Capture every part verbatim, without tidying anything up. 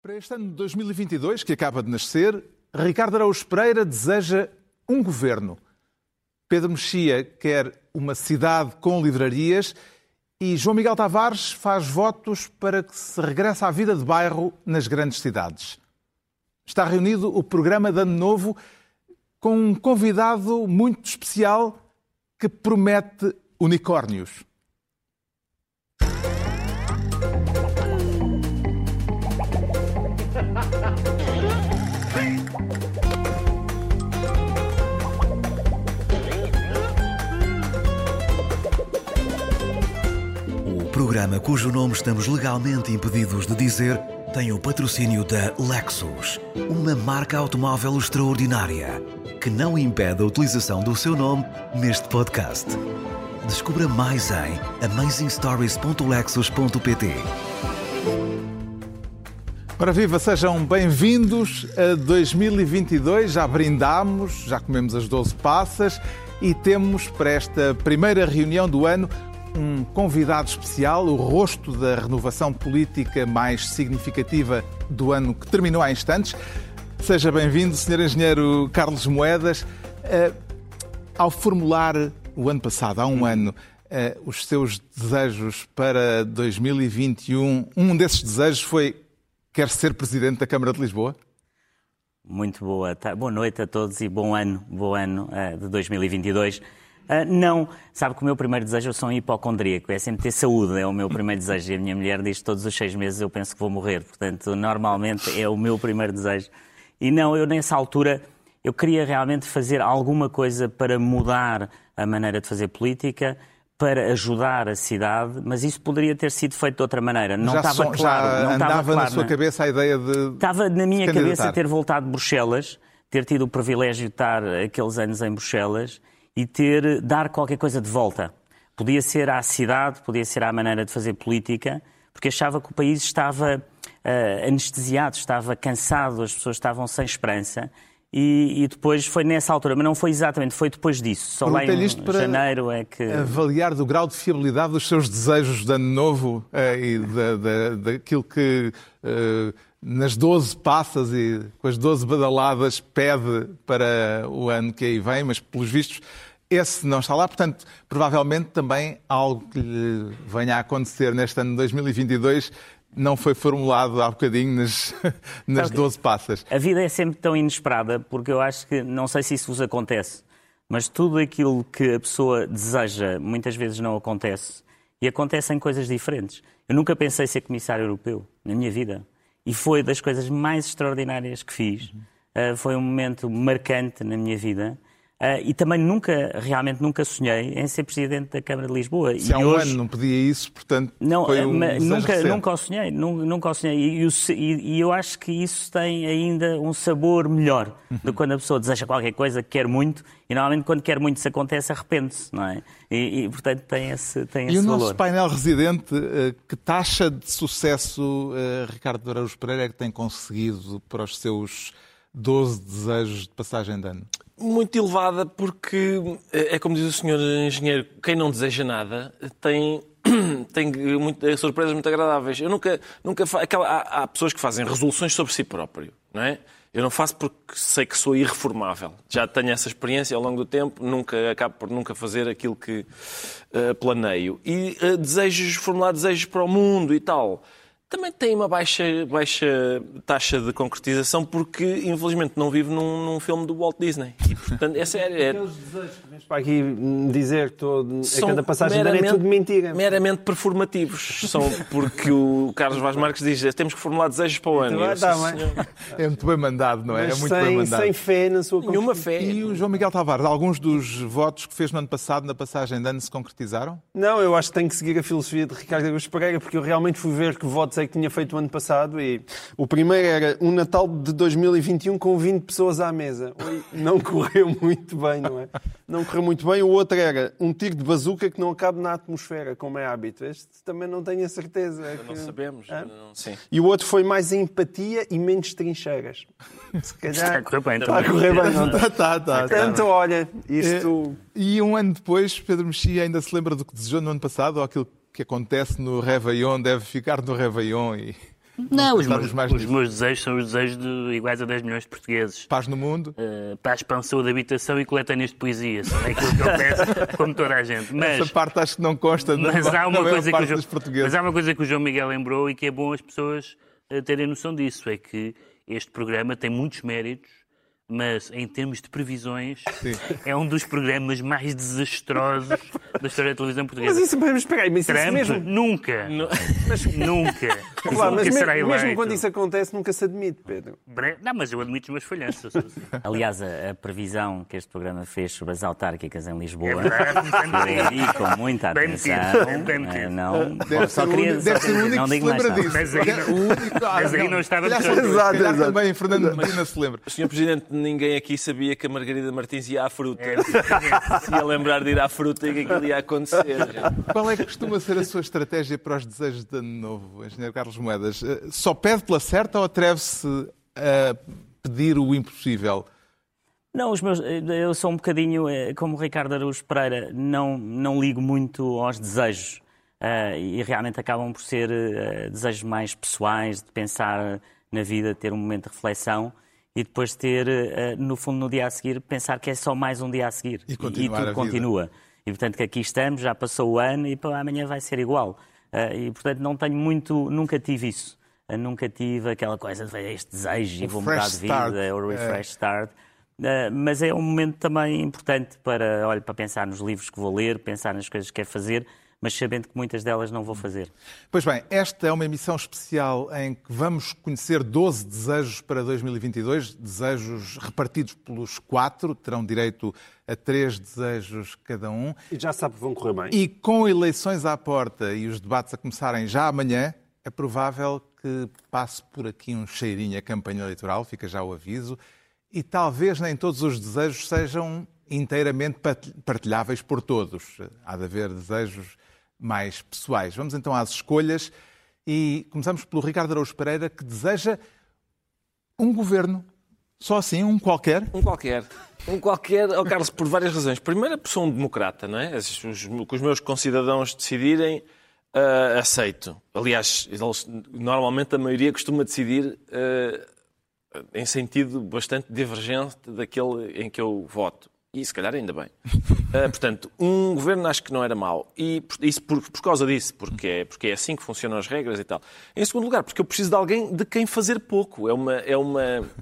Para este ano de dois mil e vinte e dois, que acaba de nascer, Ricardo Araújo Pereira deseja um governo. Pedro Mexia quer uma cidade com livrarias e João Miguel Tavares faz votos para que se regresse à vida de bairro nas grandes cidades. Está reunido o programa de Ano Novo com um convidado muito especial que promete unicórnios. O programa cujo nome estamos legalmente impedidos de dizer tem o patrocínio da Lexus, uma marca automóvel extraordinária que não impede a utilização do seu nome neste podcast. Descubra mais em amazing stories ponto lexus ponto pt. Ora viva, sejam bem-vindos a dois mil e vinte e dois. Já brindámos, já comemos as doze passas e temos para esta primeira reunião do ano um convidado especial, o rosto da renovação política mais significativa do ano que terminou há instantes. Seja bem-vindo, senhor Engenheiro Carlos Moedas. Uh, ao formular o ano passado, há um ano, uh, os seus desejos para dois mil e vinte e um, um desses desejos foi: quer ser Presidente da Câmara de Lisboa? Muito boa, tá. Boa noite a todos e bom ano, bom ano uh, de dois mil e vinte e dois. Uh, não, sabe que o meu primeiro desejo, eu sou um hipocondríaco, é sempre ter saúde, é o meu primeiro desejo. E a minha mulher diz que todos os seis meses eu penso que vou morrer, portanto, normalmente é o meu primeiro desejo. E não, eu nessa altura, eu queria realmente fazer alguma coisa para mudar a maneira de fazer política, para ajudar a cidade, mas isso poderia ter sido feito de outra maneira. Não já estava so, claro. Já não andava estava claro, na sua não. cabeça a ideia de Estava na minha de cabeça ter voltado de Bruxelas, ter tido o privilégio de estar aqueles anos em Bruxelas e ter, dar qualquer coisa de volta. Podia ser à cidade, podia ser à maneira de fazer política, porque achava que o país estava uh, anestesiado, estava cansado, as pessoas estavam sem esperança. E, e depois foi nessa altura, mas não foi exatamente, foi depois disso. Só lá em janeiro é que... avaliar do grau de fiabilidade dos seus desejos de ano novo uh, e da, da, daquilo que uh, nas doze passas e com as doze badaladas pede para o ano que aí vem, mas pelos vistos esse não está lá. Portanto, provavelmente também algo que lhe venha a acontecer neste ano de dois mil e vinte e dois não foi formulado há bocadinho nas, nas doze passas. A vida é sempre tão inesperada, porque eu acho que, não sei se isso vos acontece, mas tudo aquilo que a pessoa deseja muitas vezes não acontece. E acontecem coisas diferentes. Eu nunca pensei ser comissário europeu na minha vida. E foi das coisas mais extraordinárias que fiz. Uhum. Uh, foi um momento marcante na minha vida. Uh, e também nunca, realmente nunca sonhei em ser Presidente da Câmara de Lisboa. Se e há um hoje... ano não pedia isso, portanto não, foi um nunca, nunca o sonhei, nunca, nunca o sonhei. E, e, e eu acho que isso tem ainda um sabor melhor do que quando a pessoa deseja qualquer coisa que quer muito e normalmente quando quer muito isso acontece, arrepende-se, não é? E, e portanto tem esse, tem esse valor. E o valor. nosso painel residente, que taxa de sucesso Ricardo Araújo Pereira é que tem conseguido para os seus doze desejos de passagem de ano? Muito elevada, porque é como diz o senhor Engenheiro, quem não deseja nada tem, tem muito, surpresas muito agradáveis. Eu nunca, nunca fa... Aquela, há, há pessoas que fazem resoluções sobre si próprio, não é? Eu não faço porque sei que sou irreformável. Já tenho essa experiência ao longo do tempo, nunca acabo por nunca fazer aquilo que uh, planeio. E uh, desejos, formular desejos para o mundo e tal, também tem uma baixa, baixa taxa de concretização porque, infelizmente, não vivo num, num filme do Walt Disney. E, portanto, é sério. É... Aqueles desejos que vens para aqui dizer que todo, a cada passagem de ano é tudo mentira. Meramente performativos. São porque o Carlos Vaz Marques diz temos que formular desejos para o ano. Então, tá, mas... É muito bem mandado, não é? Mas é muito sem, bem mandado. Sem fé na sua Nenhuma fé. E o João Miguel Tavares, alguns dos votos que fez no ano passado, na passagem de ano, se concretizaram? Não, eu acho que tenho que seguir a filosofia de Ricardo Araújo Pereira, porque eu realmente fui ver que votos é que tinha feito o ano passado e o primeiro era um Natal de dois mil e vinte e um com vinte pessoas à mesa. Não correu muito bem, não é? Não correu muito bem. O outro era um tiro de bazuca que não acabe na atmosfera, como é hábito. Este também não tenho a certeza. É não que... sabemos. Ah? Não, sim. E o outro foi mais empatia e menos trincheiras. Se calhar... Está a correr bem. Está a correr bem, não está? Tá, tá, Portanto, tá. olha, isto... E um ano depois, Pedro Mexia ainda se lembra do que desejou no ano passado, ou aquilo que acontece no Réveillon deve ficar no Réveillon e... Não, os meus, mais os meus desejos são os desejos de iguais a dez milhões de portugueses. Paz no mundo. Uh, paz, expansão de habitação e coletâneas de poesia. Só é aquilo que eu peço, como toda a gente. Mas, essa parte acho que não consta. Mas, não, há uma não coisa é que o dos João, portugueses. mas há uma coisa que o João Miguel lembrou e que é bom as pessoas uh, terem noção disso. É que este programa tem muitos méritos, mas em termos de previsões, sim, é um dos programas mais desastrosos da história da televisão portuguesa. Mas isso, mas espera aí, mas Trump, isso mesmo... Nunca. Não. Mas nunca. Claro, nunca mas será mesmo, eleito. mesmo quando isso acontece, nunca se admite, Pedro. Não, mas eu admito os meus falhanços. Aliás, a, a previsão que este programa fez sobre as autárquicas em Lisboa, é verdade, e com muita bem atenção, metido, bem metido. eh, não, Deve só ser queria, o, deve só, ser o único não que se digo mais lembra nada. disso. Mas aí não- o único, ah, mas aí não estava calhar, de exato, exato. calhar também Fernando Medina se lembra. senhor Presidente, ninguém aqui sabia que a Margarida Martins ia à fruta. É, Se ia lembrar de ir à fruta e que aquilo ia acontecer. Qual é que costuma ser a sua estratégia para os desejos de ano novo, engenheiro Carlos Moedas? Só pede pela certa ou atreve-se a pedir o impossível? Não, os meus, eu sou um bocadinho, eh, como o Ricardo Araújo Pereira, não, não ligo muito aos desejos. Uh, e realmente acabam por ser uh, desejos mais pessoais, de pensar na vida, ter um momento de reflexão e depois ter, uh, no fundo, no dia a seguir, pensar que é só mais um dia a seguir. E, e, e continuar tudo a continua. vida. E, portanto, que aqui estamos, já passou o ano e pá, amanhã vai ser igual. Uh, e, portanto, não tenho muito, nunca tive isso. Uh, nunca tive aquela coisa de este desejo e vou mudar de vida, start. o refresh É. start. Uh, mas é um momento também importante para, olha, para pensar nos livros que vou ler, pensar nas coisas que quero fazer, mas sabendo que muitas delas não vou fazer. Pois bem, esta é uma emissão especial em que vamos conhecer doze desejos para dois mil e vinte e dois, desejos repartidos pelos quatro, terão direito a três desejos cada um. E já sabe que vão correr bem. E com eleições à porta e os debates a começarem já amanhã, é provável que passe por aqui um cheirinho a campanha eleitoral, fica já o aviso, e talvez nem todos os desejos sejam inteiramente partilháveis por todos. Há de haver desejos mais pessoais. Vamos então às escolhas e começamos pelo Ricardo Araújo Pereira, que deseja um governo, só assim, um qualquer. Um qualquer. Um qualquer, oh Carlos, por várias razões. Primeiro, porque sou um democrata, não é? Os, os, que os meus concidadãos decidirem, uh, aceito. Aliás, eles, normalmente a maioria costuma decidir uh, em sentido bastante divergente daquele em que eu voto. E se calhar ainda bem. Uh, portanto, um governo acho que não era mau. E isso por, por causa disso, porque é, porque é assim que funcionam as regras e tal. Em segundo lugar, porque eu preciso de alguém de quem fazer pouco. É uma, é uma,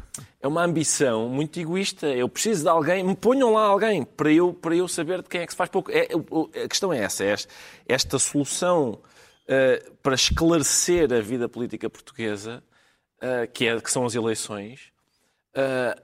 é uma ambição muito egoísta. Eu preciso de alguém, me ponham lá alguém para eu, para eu saber de quem é que se faz pouco. É, a questão é essa, é esta solução uh, para esclarecer a vida política portuguesa, uh, que, é, que são as eleições. Uh,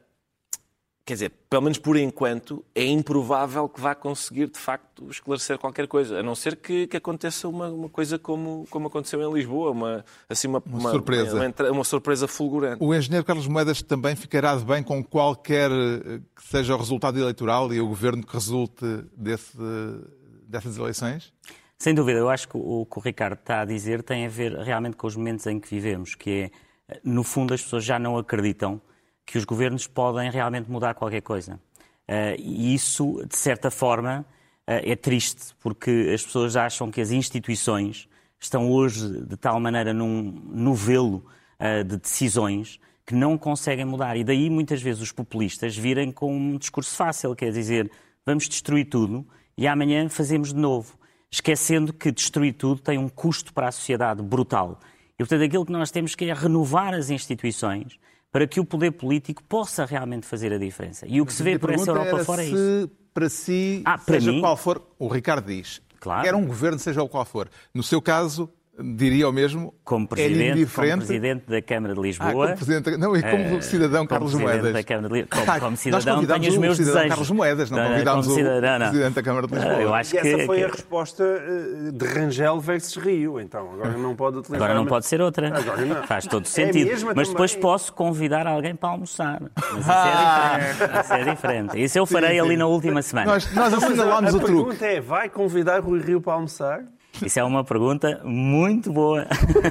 Quer dizer, pelo menos por enquanto, é improvável que vá conseguir, de facto, esclarecer qualquer coisa. A não ser que, que aconteça uma, uma coisa como, como aconteceu em Lisboa. Uma, assim, uma, Uma uma surpresa. Uma, uma surpresa fulgurante. O engenheiro Carlos Moedas também ficará de bem com qualquer que seja o resultado eleitoral e o governo que resulte desse, dessas eleições? Sem dúvida. Eu acho que o que o Ricardo está a dizer tem a ver realmente com os momentos em que vivemos, que é, no fundo, as pessoas já não acreditam que os governos podem realmente mudar qualquer coisa. Uh, e isso, de certa forma, uh, é triste, porque as pessoas acham que as instituições estão hoje, de tal maneira, num novelo uh, de decisões que não conseguem mudar. E daí, muitas vezes, os populistas virem com um discurso fácil, quer dizer, vamos destruir tudo e amanhã fazemos de novo, esquecendo que destruir tudo tem um custo para a sociedade brutal. E, portanto, aquilo que nós temos que é renovar as instituições para que o poder político possa realmente fazer a diferença. E o que se vê por essa Europa fora é isso. Se para si, ah, para seja mim... qual for, o Ricardo diz, claro. Quer um governo, seja o qual for. No seu caso, diria o mesmo, como presidente, é indiferente. Como presidente da Câmara de Lisboa. Ah, como presidente, não, e como uh, cidadão Carlos como Moedas. Da Câmara de Lisboa. Como, como cidadão Nós tenho os meus o desejos. Carlos Moedas, não convidámos o cidadão, não. presidente da Câmara de Lisboa. Eu acho e que, essa foi que... a resposta de Rangel versus Rio, então. Agora não pode utilizar... Agora não pode ser outra. Agora não. Faz todo sentido. É mas também. Depois posso convidar alguém para almoçar. Mas isso é diferente. Isso é diferente. Isso eu farei sim, sim. ali na última semana. Nós, nós assinalámos o truque. A pergunta é, vai convidar Rui Rio para almoçar? Isso é uma pergunta muito boa.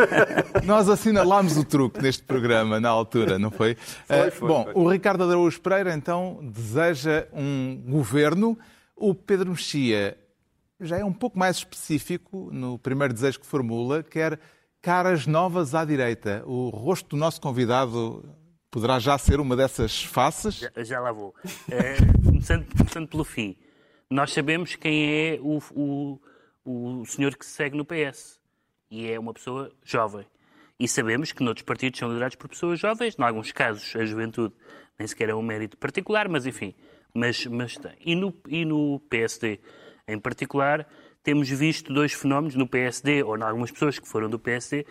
Nós assinalámos o truque neste programa, na altura, não foi? Foi, foi Bom, foi. o Ricardo Araújo Pereira, então, deseja um governo. O Pedro Mexia já é um pouco mais específico no primeiro desejo que formula, quer caras novas à direita. O rosto do nosso convidado poderá já ser uma dessas faces? Já, já lá vou. É, começando, começando pelo fim. Nós sabemos quem é o, o, o senhor que se segue no P S. E é uma pessoa jovem. E sabemos que noutros partidos são liderados por pessoas jovens. Em alguns casos, a juventude nem sequer é um mérito particular, mas enfim. Mas, mas tem. E no, e no P S D, em particular, temos visto dois fenómenos no P S D, ou em algumas pessoas que foram do P S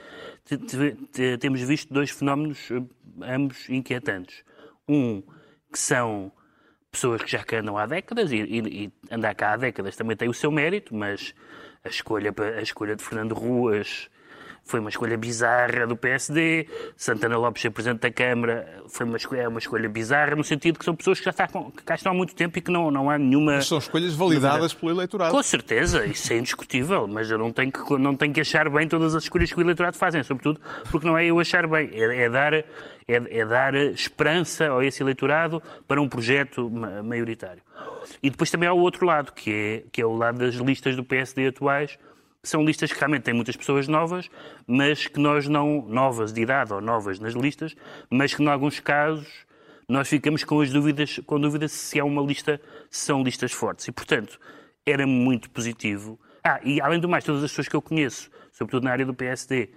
D, temos visto dois fenómenos, ambos inquietantes. Um, que são pessoas que já cá andam há décadas, e, e, e andar cá há décadas também tem o seu mérito, mas a escolha, a escolha de Fernando Ruas foi uma escolha bizarra do P S D, Santana Lopes ser Presidente da Câmara foi uma escolha, é uma escolha bizarra, no sentido que são pessoas que já está, que cá estão há muito tempo e que não, não há nenhuma... Mas são escolhas validadas pelo eleitorado. Com certeza, isso é indiscutível, mas eu não tenho, que, não tenho que achar bem todas as escolhas que o eleitorado fazem, sobretudo porque não é eu achar bem, é, é, dar, é, é dar esperança a esse eleitorado para um projeto maioritário. E depois também há o outro lado, que é, que é o lado das listas do P S D atuais, que são listas que realmente têm muitas pessoas novas, mas que nós não, novas de idade ou novas nas listas, mas que em alguns casos nós ficamos com as dúvidas, com dúvidas se é uma lista, se são listas fortes. E, portanto, era muito positivo. Ah, e além do mais, todas as pessoas que eu conheço, sobretudo na área do P S D,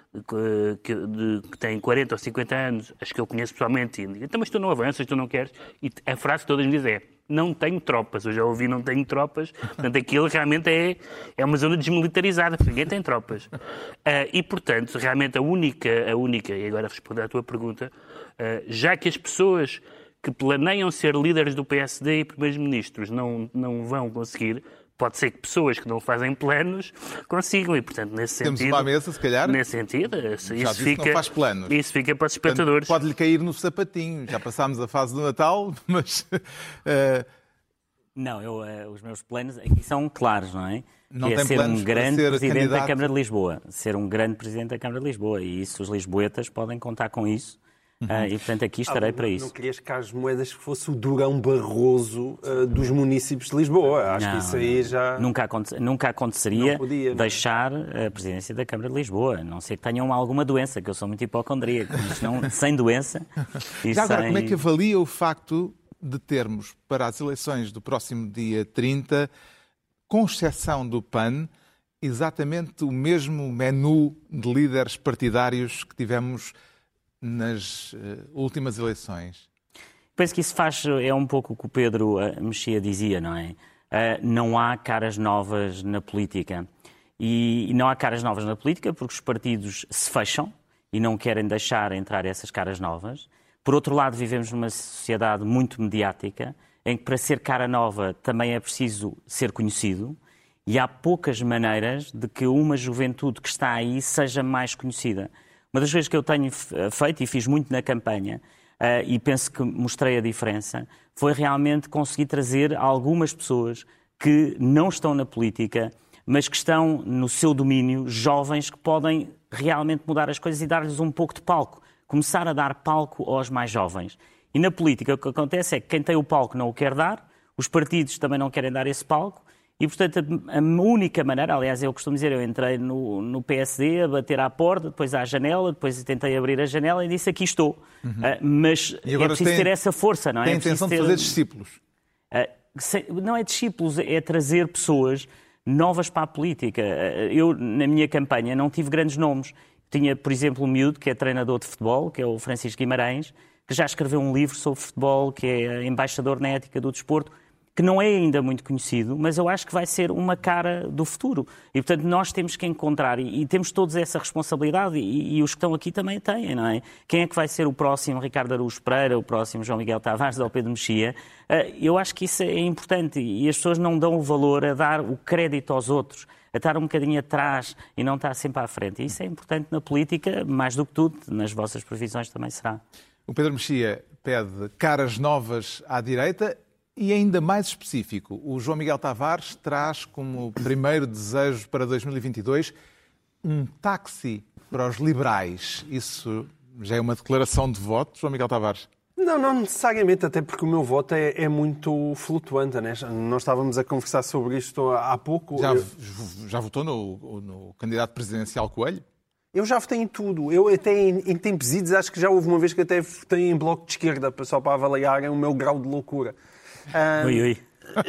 que, que, de, que têm quarenta ou cinquenta anos, as que eu conheço pessoalmente, e dizem, então, mas tu não avanças, tu não queres, e a frase que todas me dizem é, não tenho tropas, eu já ouvi não tenho tropas, portanto aquilo realmente é, é uma zona desmilitarizada, porque ninguém tem tropas. Uh, e, portanto, realmente a única, a única, e agora responder à tua pergunta, uh, já que as pessoas que planeiam ser líderes do P S D e primeiros-ministros não, não vão conseguir, pode ser que pessoas que não fazem planos consigam, e, portanto, nesse sentido... Temos uma mesa, se calhar. Nesse sentido, isso, já disse fica, que não faz planos. Isso fica para os espectadores. Portanto, pode-lhe cair no sapatinho. Já passámos a fase do Natal, mas... Uh... Não, eu, uh, os meus planos aqui são claros, não é? Não que é tem ser um grande ser presidente candidato... da Câmara de Lisboa. Ser um grande presidente da Câmara de Lisboa. E isso, os lisboetas podem contar com isso. Uhum. Uh, e, portanto, aqui estarei ah, para não, isso. Não querias que Carlos Moedas fosse o Durão Barroso uh, dos municípios de Lisboa. Acho não, que isso aí já... Nunca, aconte... Nunca aconteceria não podia, deixar não. a presidência da Câmara de Lisboa. A não ser que tenham alguma doença, que eu sou muito hipocondríaco. Mas não, sem doença... E já agora, sem... como é que avalia o facto de termos, para as eleições do próximo dia trinta, com exceção do P A N, exatamente o mesmo menu de líderes partidários que tivemos nas uh, últimas eleições? Penso que isso faz, é um pouco o que o Pedro uh, Mexia dizia, não é? Uh, não há caras novas na política. E, e não há caras novas na política porque os partidos se fecham e não querem deixar entrar essas caras novas. Por outro lado, vivemos numa sociedade muito mediática, em que para ser cara nova também é preciso ser conhecido, e há poucas maneiras de que uma juventude que está aí seja mais conhecida. Uma das coisas que eu tenho feito, e fiz muito na campanha, uh, e penso que mostrei a diferença, foi realmente conseguir trazer algumas pessoas que não estão na política, mas que estão no seu domínio, jovens que podem realmente mudar as coisas e dar-lhes um pouco de palco. Começar a dar palco aos mais jovens. E na política o que acontece é que quem tem o palco não o quer dar, os partidos também não querem dar esse palco, e, portanto, a única maneira, aliás, eu costumo dizer, eu entrei no, no P S D a bater à porta, depois à janela, depois tentei abrir a janela e disse, aqui estou. Uhum. Uh, mas é preciso tem, ter essa força, não é? Tem a é intenção ter... de fazer discípulos? Uh, se... Não é discípulos, é trazer pessoas novas para a política. Uh, eu, na minha campanha, não tive grandes nomes. Tinha, por exemplo, um miúdo que é treinador de futebol, que é o Francisco Guimarães, que já escreveu um livro sobre futebol, que é embaixador na ética do desporto, que não é ainda muito conhecido, mas eu acho que vai ser uma cara do futuro. E, portanto, nós temos que encontrar, e, e temos todos essa responsabilidade, e, e os que estão aqui também têm, não é? Quem é que vai ser o próximo Ricardo Araújo Pereira, o próximo João Miguel Tavares ou Pedro Mexia? Uh, eu acho que isso é importante, e as pessoas não dão o valor a dar o crédito aos outros, a estar um bocadinho atrás e não estar sempre à frente. E isso é importante na política, mais do que tudo, nas vossas previsões também será. O Pedro Mexia pede caras novas à direita. E ainda mais específico, o João Miguel Tavares traz como primeiro desejo para dois mil e vinte e dois um táxi para os liberais. Isso já é uma declaração de voto, João Miguel Tavares? Não, não necessariamente, até porque o meu voto é, é muito flutuante. Né? Nós estávamos a conversar sobre isto há pouco. Já, Eu... já votou no, no candidato presidencial Coelho? Eu já votei em tudo. Eu até em, em tempos idos, acho que já houve uma vez que até votei em bloco de esquerda, só para avaliarem o meu grau de loucura. Um, Ui, ui.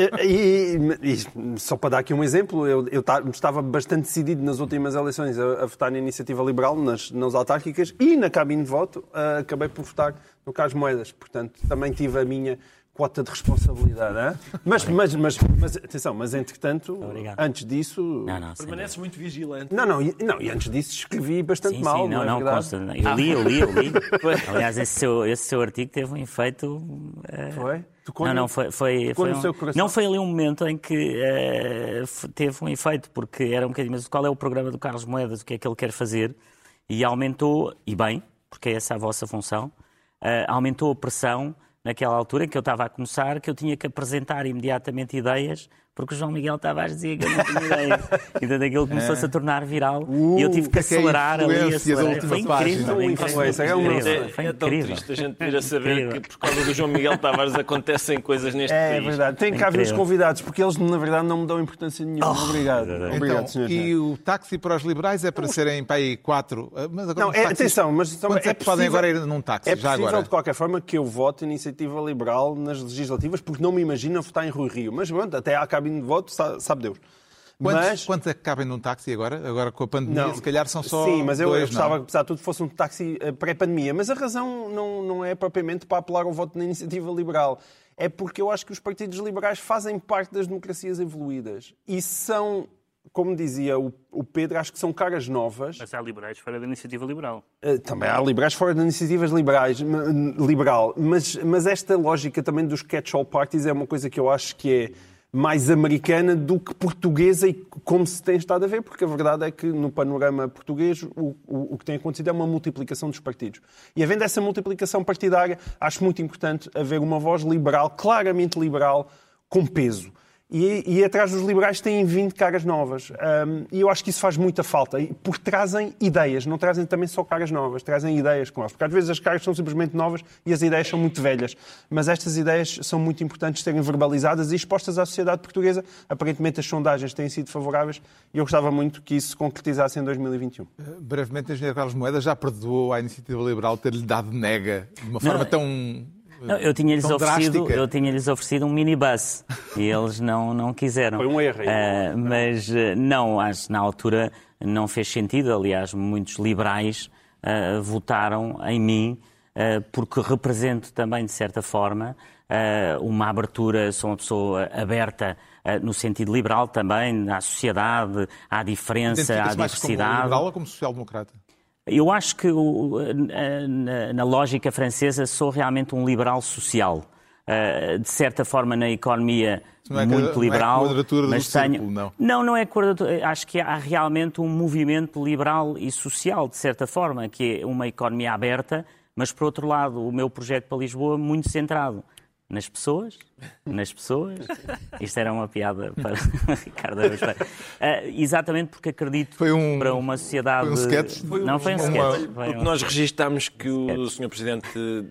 E, e, e só para dar aqui um exemplo, eu, eu estava bastante decidido nas últimas eleições a, a votar na Iniciativa Liberal, nas, nas autárquicas e na cabine de voto, uh, acabei por votar no Carlos Moedas. Portanto, também tive a minha quota de responsabilidade. Hein? Mas, mas, mas, mas, atenção, mas entretanto, Obrigado. antes disso... Não, não, Permaneces muito vigilante. Não, não, e, não, e antes disso escrevi bastante sim, mal, sim, não, não é não, verdade? consta. Eu li, eu li, eu li. Aliás, esse seu, esse seu artigo teve um efeito... Uh... Foi? Tocou Não, no- não, foi, foi, tocou foi no um, seu coração? não foi ali um momento em que uh, f- teve um efeito, porque era um bocadinho, mas qual é o programa do Carlos Moedas, o que é que ele quer fazer? E aumentou, e bem, porque é essa a vossa função, uh, aumentou a pressão naquela altura em que eu estava a começar, que eu tinha que apresentar imediatamente ideias, porque o João Miguel Tavares dizia que eu não tinha ideia. Então aquilo começou-se a tornar viral Uh, e eu tive que que é que é aceilar ali. influência da Acelerar. última Foi incrível, página? foi incrível. Influência, é um Incrível, monstro. É, foi é tão incrível. triste a gente vir a saber Incrível. que por causa do João Miguel Tavares acontecem coisas neste É país. verdade, tem que haver os Incrível. convidados, porque eles na verdade não me dão importância nenhuma. Obrigado. Obrigado, Então, senhor. e o táxi para os liberais é para serem para aí quatro. Mas agora Não, os é, táxis- atenção, mas também Quantos é que podem agora ir num táxi? É já possível, agora? de qualquer forma, que eu vote Iniciativa Liberal nas legislativas, porque não me imagino a votar em Rui Rio. Mas pronto, até à cabine de voto, sa- sabe Deus. Quantos, Mas... quantos é que cabem num táxi agora? Agora com a pandemia, se calhar são só Sim, mas eu, dois, eu gostava não? que, apesar de tudo, fosse um táxi eh, pré-pandemia. Mas a razão não, não é propriamente para apelar ao voto na Iniciativa Liberal. É porque eu acho que os partidos liberais fazem parte das democracias evoluídas. E são, como dizia o, o Pedro, acho que são caras novas. Mas há liberais fora da iniciativa liberal. Uh, Também há liberais fora de iniciativas liberais, m- liberal, mas, mas esta lógica também dos catch-all parties é uma coisa que eu acho que é mais americana do que portuguesa e como se tem estado a ver, porque a verdade é que no panorama português o, o, o que tem acontecido é uma multiplicação dos partidos. E havendo essa multiplicação partidária, acho muito importante haver uma voz liberal, claramente liberal, com peso. E, e atrás dos liberais têm vindo caras novas. Um, e eu acho que isso faz muita falta. E- Porque trazem ideias, não trazem também só caras novas, trazem ideias com elas. Porque às vezes as caras são simplesmente novas e as ideias são muito velhas. Mas estas ideias são muito importantes de serem verbalizadas e expostas à sociedade portuguesa. Aparentemente as sondagens têm sido favoráveis e eu gostava muito que isso se concretizasse em dois mil e vinte e um. Brevemente, o engenheiro Carlos Moedas já perdoou à Iniciativa Liberal ter-lhe dado nega de uma forma tão... Não, eu tinha-lhes tão oferecido, drástica. eu tinha-lhes oferecido um minibus e eles não, não quiseram. Foi um erro aí. Ah, mas ah, não, acho que na altura não fez sentido. Aliás, muitos liberais ah, votaram em mim ah, porque represento também, de certa forma, ah, uma abertura, sou uma pessoa aberta ah, no sentido liberal também, à sociedade, à diferença, à Identifica-se mais como diversidade. liberal ou como social-democrata? Eu acho que o- na, na lógica francesa sou realmente um liberal social. Uh, de certa forma na economia Não é muito que- não é liberal, quadratura do mas tenho... círculo, não. não, não é quadratura. Acho que há realmente um movimento liberal e social, de certa forma, que é uma economia aberta, mas por outro lado o meu projeto para Lisboa muito centrado nas pessoas, nas pessoas. Isto era uma piada para Ricardo Araújo Pereira. Uh, exatamente porque acredito Foi um- para uma sociedade... foi um sketch? Não foi um Uma- sketch. Foi Porque um- nós registámos que o senhor Presidente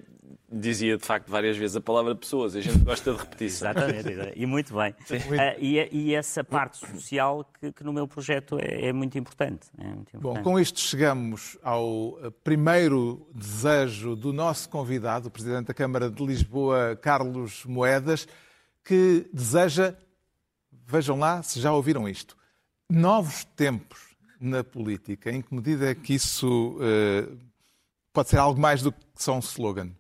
dizia, de facto, várias vezes a palavra pessoas. E a gente gosta de repetição. Exatamente, exatamente. E muito bem. Ah, e, e essa parte social que, que no meu projeto é, é muito importante. É muito Bom, importante. com isto chegamos ao eh, primeiro desejo do nosso convidado, o Presidente da Câmara de Lisboa, Carlos Moedas, que deseja, vejam lá se já ouviram isto, novos tempos na política. Em que medida é que isso eh, pode ser algo mais do que só um slogan?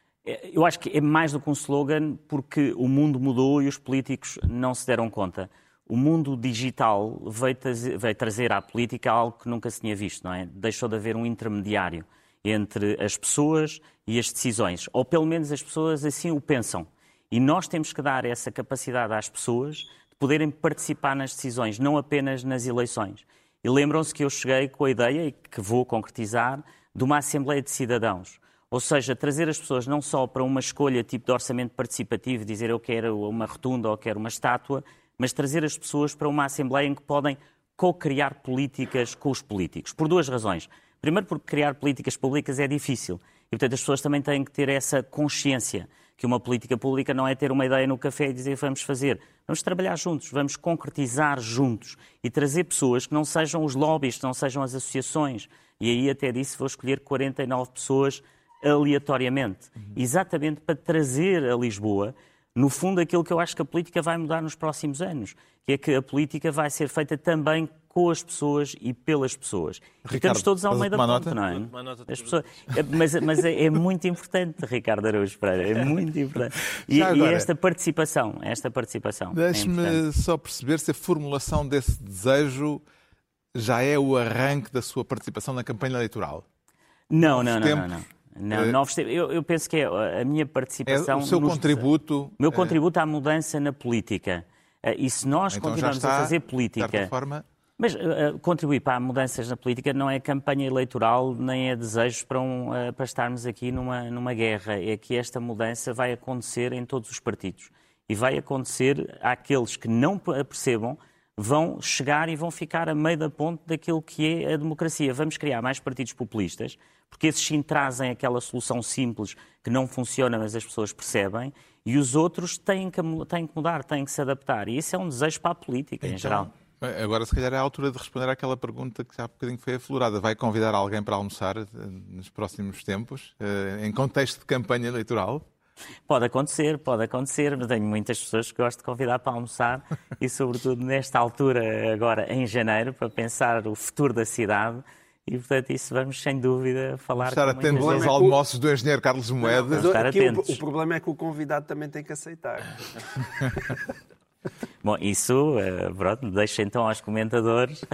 Eu acho que é mais do que um slogan porque o mundo mudou e os políticos não se deram conta. O mundo digital veio trazer, veio trazer à política algo que nunca se tinha visto, não é? Deixou de haver um intermediário entre as pessoas e as decisões, ou pelo menos as pessoas assim o pensam. E nós temos que dar essa capacidade às pessoas de poderem participar nas decisões, não apenas nas eleições. E lembram-se que eu cheguei com a ideia, e que vou concretizar, de uma Assembleia de Cidadãos. Ou seja, trazer as pessoas não só para uma escolha tipo de orçamento participativo, dizer eu quero uma rotunda ou quero uma estátua, mas trazer as pessoas para uma Assembleia em que podem co-criar políticas com os políticos. Por duas razões. Primeiro, porque criar políticas públicas é difícil. E, portanto, as pessoas também têm que ter essa consciência que uma política pública não é ter uma ideia no café e dizer vamos fazer. Vamos trabalhar juntos, vamos concretizar juntos e trazer pessoas que não sejam os lobbies, que não sejam as associações. E aí até disse, vou escolher quarenta e nove pessoas aleatoriamente, uhum. exatamente para trazer a Lisboa, no fundo, aquilo que eu acho que a política vai mudar nos próximos anos, que é que a política vai ser feita também com as pessoas e pelas pessoas. Ricardo, e estamos todos ao meio da ponte, não é? As pessoas... Mas, mas é, é muito importante, Ricardo Araújo Pereira, é muito importante. E, agora, e esta participação, esta participação. Deixe-me é só perceber se a formulação desse desejo já é o arranque da sua participação na campanha eleitoral. Não, não, não, não, não. Não, novos tempos. Eu, eu penso que é a minha participação... É o seu nos... contributo... O meu contributo à mudança na política. E se nós então continuarmos está, a fazer política... De certa forma... Mas uh, contribuir para mudanças na política não é campanha eleitoral, nem é desejos para, um, uh, para estarmos aqui numa, numa guerra. É que esta mudança vai acontecer em todos os partidos. E vai acontecer àqueles que não percebam, vão chegar e vão ficar a meio da ponte daquilo que é a democracia. Vamos criar mais partidos populistas, porque esses sim trazem aquela solução simples que não funciona, mas as pessoas percebem, e os outros têm que, têm que mudar, têm que se adaptar. E isso é um desejo para a política, então, em geral. Agora, se calhar, é a altura de responder àquela pergunta que já há bocadinho foi aflorada. Vai convidar alguém para almoçar nos próximos tempos, em contexto de campanha eleitoral? Pode acontecer, pode acontecer. Mas tenho muitas pessoas que gosto de convidar para almoçar e, sobretudo, nesta altura, agora em janeiro, para pensar o futuro da cidade. E, portanto, isso vamos, sem dúvida, falar... Estar atentos aos almoços do engenheiro Carlos Moedas. Estar atentos. O, o problema é que o convidado também tem que aceitar. Bom, isso, pronto, deixa então aos comentadores.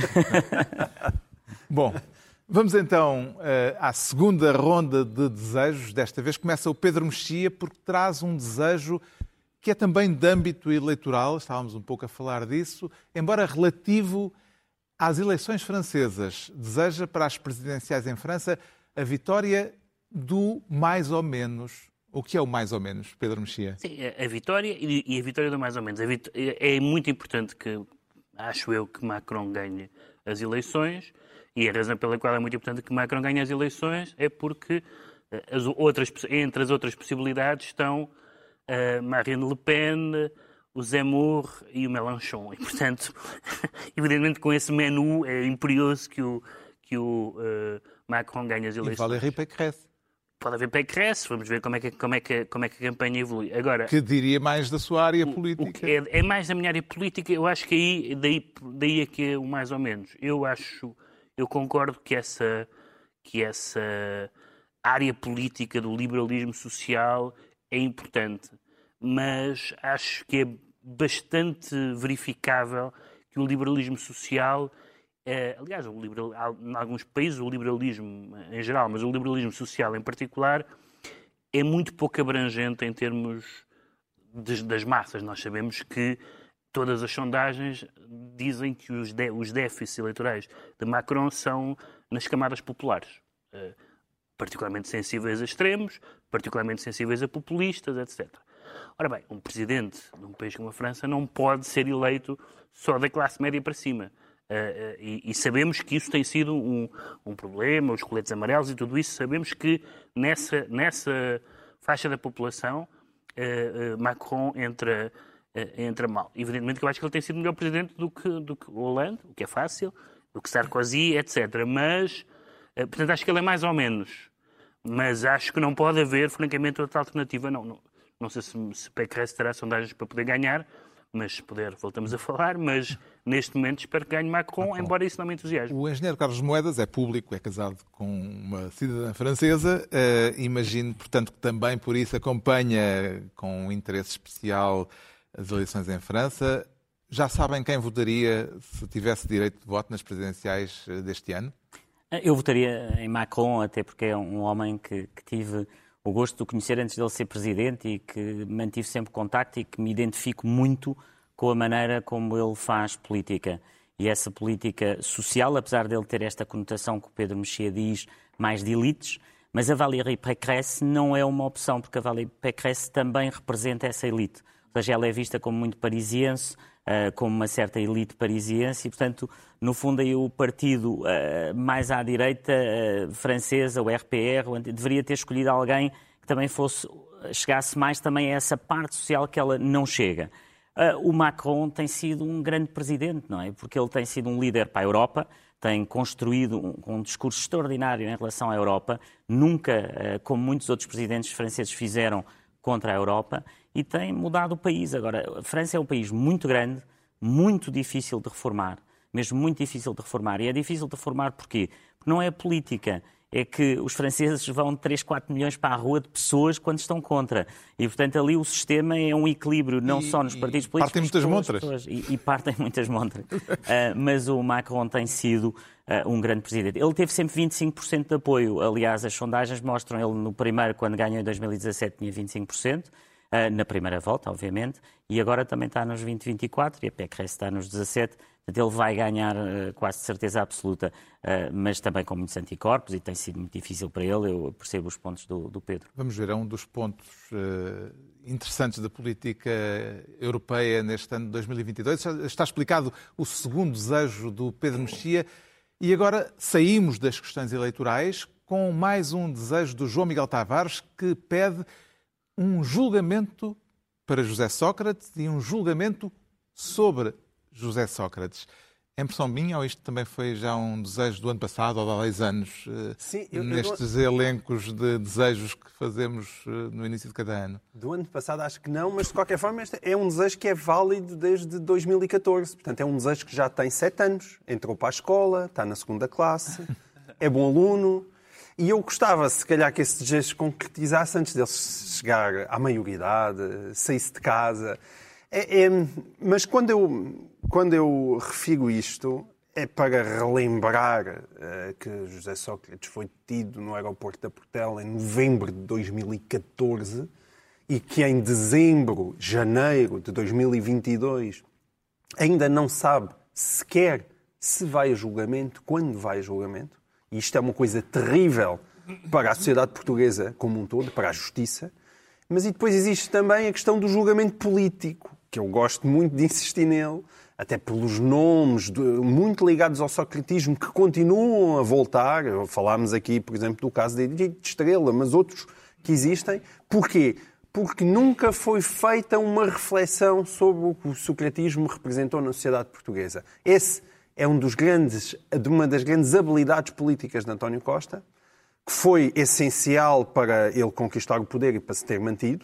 Bom, vamos então à segunda ronda de desejos. Desta vez começa o Pedro Mexia, porque traz um desejo que é também de âmbito eleitoral, estávamos um pouco a falar disso, embora relativo às eleições francesas. Deseja para as presidenciais em França a vitória do mais ou menos. O que é o mais ou menos, Pedro Mexia? Sim, a vitória e a vitória do mais ou menos. É muito importante que, acho eu, que Macron ganhe as eleições, e a razão pela qual é muito importante que Macron ganhe as eleições é porque as outras, entre as outras possibilidades estão a Marine Le Pen, o Zemmour e o Mélenchon. E, portanto, evidentemente com esse menu é imperioso que o, que o uh, Macron ganhe as eleições. E Valérie Pécresse. Pode haver Pécresse, vamos ver como é, que, como, é que, como é que a campanha evolui. Agora, que diria mais da sua área o, política? O é, é mais da minha área política, eu acho que aí, daí, daí é que é o mais ou menos. Eu acho, eu concordo que essa, que essa área política do liberalismo social é importante, mas acho que é bastante verificável que o liberalismo social... É, aliás, o liberal, em alguns países o liberalismo em geral, mas o liberalismo social em particular, é muito pouco abrangente em termos de, das massas. Nós sabemos que todas as sondagens dizem que os, de, os déficits eleitorais de Macron são nas camadas populares, uh, particularmente sensíveis a extremos, particularmente sensíveis a populistas, etcétera. Ora bem, um presidente de um país como a França não pode ser eleito só da classe média para cima. Uh, uh, e, e sabemos que isso tem sido um, um problema, os coletes amarelos e tudo isso, sabemos que nessa, nessa faixa da população uh, uh, Macron entra, uh, entra mal. Evidentemente que eu acho que ele tem sido melhor presidente do que, do que Hollande, o que é fácil, do que Sarkozy, etcétera. Mas, uh, portanto, acho que ele é mais ou menos. Mas acho que não pode haver, francamente, outra alternativa. Não, não, não sei se, se Pécresse terá sondagens para poder ganhar, mas se puder, voltamos a falar, mas neste momento espero que ganhe Macron, Macron, embora isso não me entusiasme. O engenheiro Carlos Moedas é público, é casado com uma cidadã francesa, uh, imagino, portanto, que também por isso acompanha com um interesse especial as eleições em França. Já sabem quem votaria se tivesse direito de voto nas presidenciais deste ano? Eu votaria em Macron, até porque é um homem que, que tive... o gosto de o conhecer antes dele ser presidente e que mantive sempre contacto e que me identifico muito com a maneira como ele faz política. E essa política social, apesar dele ter esta conotação que o Pedro Mexia diz, mais de elites, mas a Valérie Pécresse não é uma opção, porque a Valérie Pécresse também representa essa elite. Ou seja, ela é vista como muito parisiense, como uma certa elite parisiense e, portanto, no fundo, aí o partido uh, mais à direita, uh, francesa, o R P R, deveria ter escolhido alguém que também fosse, chegasse mais também a essa parte social que ela não chega. Uh, o Macron tem sido um grande presidente, não é? Porque ele tem sido um líder para a Europa, tem construído um, um discurso extraordinário em relação à Europa, nunca, como muitos outros presidentes franceses fizeram, contra a Europa, e tem mudado o país. Agora, a França é um país muito grande, muito difícil de reformar, mesmo muito difícil de reformar. E é difícil de reformar porquê? Porque não é a política, é que os franceses vão de três, quatro milhões para a rua de pessoas quando estão contra. E, portanto, ali o sistema é um equilíbrio, não e, só nos partidos políticos. Partem muitas pessoas, montras. Pessoas, e, e partem muitas montras. uh, mas o Macron tem sido uh, um grande presidente. Ele teve sempre vinte e cinco por cento de apoio. Aliás, as sondagens mostram ele no primeiro, quando ganhou em dois mil e dezassete, tinha vinte e cinco por cento. Uh, na primeira volta, obviamente, e agora também está nos vinte, vinte e quatro, e a Pécresse está nos dezassete, portanto ele vai ganhar uh, quase de certeza absoluta, uh, mas também com muitos anticorpos, e tem sido muito difícil para ele, eu percebo os pontos do, do Pedro. Vamos ver, é um dos pontos uh, interessantes da política europeia neste ano de dois mil e vinte e dois. Está explicado o segundo desejo do Pedro Mexia, e agora saímos das questões eleitorais com mais um desejo do João Miguel Tavares, que pede um julgamento para José Sócrates e um julgamento sobre José Sócrates. É impressão minha ou isto também foi já um desejo do ano passado ou de há dez anos, Sim, eu, nestes eu... elencos de desejos que fazemos no início de cada ano? Do ano passado acho que não, mas de qualquer forma este é um desejo que é válido desde dois mil e catorze. Portanto, é um desejo que já tem sete anos. Entrou para a escola, está na segunda classe, é bom aluno. E eu gostava, se calhar, que esse desejo se concretizasse antes dele chegar à maioridade, saísse de casa. É, é, mas quando eu, quando eu refiro isto, é para relembrar uh, que José Sócrates foi detido no aeroporto da Portela em novembro de dois mil e catorze e que em dezembro, janeiro de dois mil e vinte e dois ainda não sabe sequer se vai a julgamento, quando vai a julgamento. E isto é uma coisa terrível para a sociedade portuguesa como um todo, para a justiça. Mas e depois existe também a questão do julgamento político, que eu gosto muito de insistir nele, até pelos nomes de, muito ligados ao socratismo que continuam a voltar. Falámos aqui, por exemplo, do caso de Edith Estrela, mas outros que existem. Porquê? Porque nunca foi feita uma reflexão sobre o que o socratismo representou na sociedade portuguesa. Esse é um dos grandes, de uma das grandes habilidades políticas de António Costa, que foi essencial para ele conquistar o poder e para se ter mantido,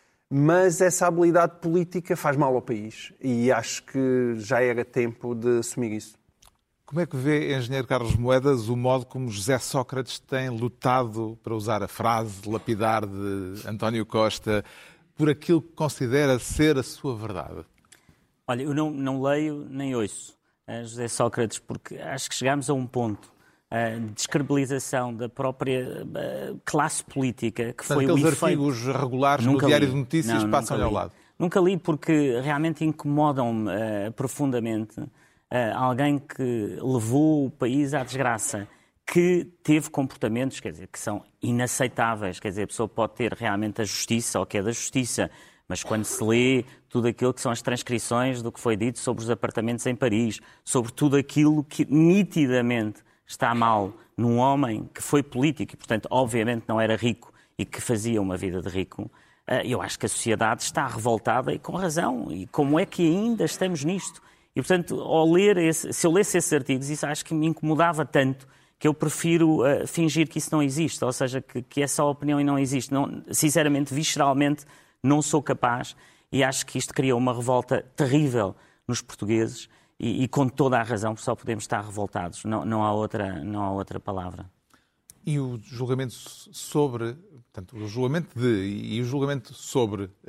mas essa habilidade política faz mal ao país e acho que já era tempo de assumir isso. Como é que vê, engenheiro Carlos Moedas, o modo como José Sócrates tem lutado, para usar a frase lapidar de António Costa, por aquilo que considera ser a sua verdade? Olha, eu não, não leio nem ouço a José Sócrates, porque acho que chegámos a um ponto uh, de descredibilização da própria uh, classe política, que Portanto, foi o aqueles efeito... artigos regulares Nunca no Diário li. de Notícias Não, passam-lhe ao li. lado. Nunca li, porque realmente incomodam-me uh, profundamente uh, alguém que levou o país à desgraça, que teve comportamentos, quer dizer, que são inaceitáveis. Quer dizer, a pessoa pode ter realmente a justiça, ou que é da justiça, mas quando se lê tudo aquilo que são as transcrições do que foi dito sobre os apartamentos em Paris, sobre tudo aquilo que nitidamente está mal num homem que foi político e, portanto, obviamente não era rico e que fazia uma vida de rico, eu acho que a sociedade está revoltada e com razão. E como é que ainda estamos nisto? E, portanto, ao ler esse, se eu lesse esses artigos, isso acho que me incomodava tanto que eu prefiro uh, fingir que isso não existe, ou seja, que, que é só opinião e não existe. Não, sinceramente, visceralmente, não sou capaz e acho que isto criou uma revolta terrível nos portugueses e, e com toda a razão, só podemos estar revoltados. Não, não, há outra, não há outra palavra. E o julgamento sobre, portanto, o julgamento de e o julgamento sobre uh,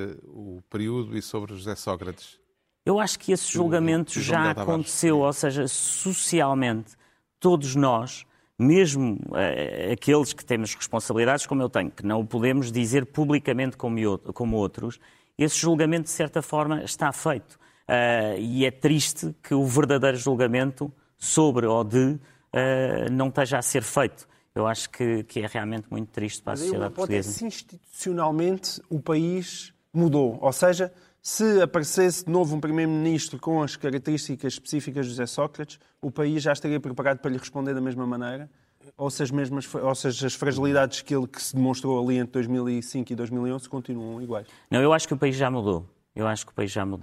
o período e sobre José Sócrates? Eu acho que esse julgamento o, o já aconteceu, ou seja, socialmente, todos nós, mesmo uh, aqueles que temos responsabilidades como eu tenho, que não o podemos dizer publicamente como, eu, como outros, esse julgamento, de certa forma, está feito. Uh, e é triste que o verdadeiro julgamento sobre ou de uh, não esteja a ser feito. Eu acho que, que é realmente muito triste para a sociedade portuguesa. Se institucionalmente o país mudou, ou seja, se aparecesse de novo um primeiro-ministro com as características específicas de José Sócrates, o país já estaria preparado para lhe responder da mesma maneira? Ou se as, mesmas, ou seja, as fragilidades que ele que se demonstrou ali entre dois mil e cinco e dois mil e onze continuam iguais? Não, eu acho que o país já mudou. Eu acho que o país já mudou.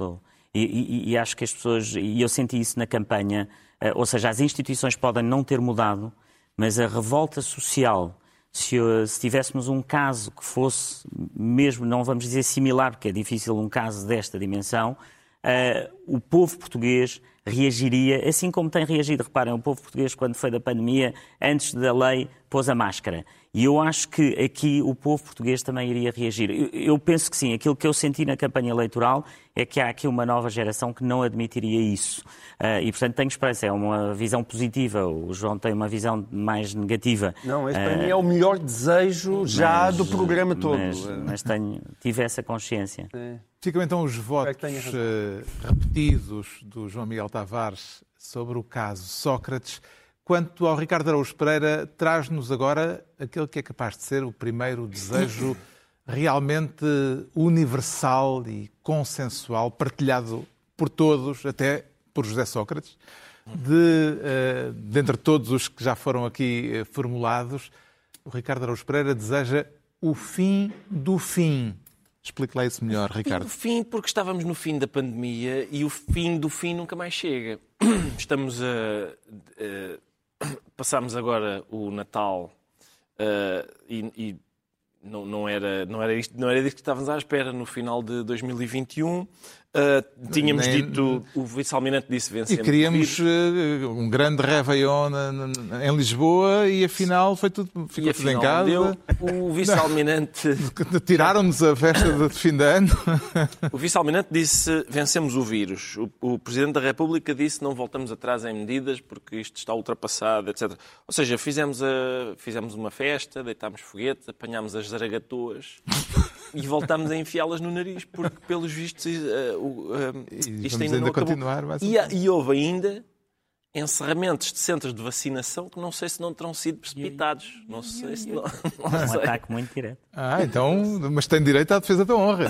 E, e, e acho que as pessoas, e eu senti isso na campanha, uh, ou seja, as instituições podem não ter mudado, mas a revolta social, se, uh, se tivéssemos um caso que fosse mesmo, não vamos dizer similar, porque é difícil um caso desta dimensão, uh, o povo português reagiria, assim como tem reagido. Reparem, o povo português, quando foi da pandemia, antes da lei, pôs a máscara. E eu acho que aqui o povo português também iria reagir. Eu, eu penso que sim. Aquilo que eu senti na campanha eleitoral é que há aqui uma nova geração que não admitiria isso. Uh, e, portanto, tenho esperança. É uma visão positiva. O João tem uma visão mais negativa. Não, este uh, para mim é o melhor desejo já mas, do programa todo. Mas, mas tenho, tive essa consciência. É. Ficam então os votos uh, repetidos do João Miguel Tavares sobre o caso Sócrates. Quanto ao Ricardo Araújo Pereira, traz-nos agora aquele que é capaz de ser o primeiro desejo realmente universal e consensual, partilhado por todos, até por José Sócrates, de, uh, dentre todos os que já foram aqui uh, formulados, o Ricardo Araújo Pereira deseja o fim do fim. Explique lá isso melhor, Ricardo. O fim, porque estávamos no fim da pandemia e o fim do fim nunca mais chega. Estamos a... a passámos agora o Natal uh, e, e não, não, era, não, era isto, não era disto que estávamos à espera no final de dois mil e vinte e um. Uh, tínhamos Nem... dito, o vice-almirante disse vencemos. E queríamos uh, um grande réveillon em Lisboa e afinal foi tudo, ficou e tudo em casa. Deu, o vice-almirante... Tiraram-nos a festa de fim de ano. O vice-almirante disse vencemos o vírus. O, o Presidente da República disse não voltamos atrás em medidas porque isto está ultrapassado, etcétera. Ou seja, fizemos, a, fizemos uma festa, deitámos foguetes, apanhámos as zaragatoas e voltámos a enfiá-las no nariz, porque pelos vistos uh, uh, e isto ainda, ainda não acabou. Continuar, mas... e, e houve ainda encerramentos de centros de vacinação que não sei se não terão sido precipitados. Não sei se não, não É um sei. ataque muito direto. Ah, então, mas tem direito à defesa da honra.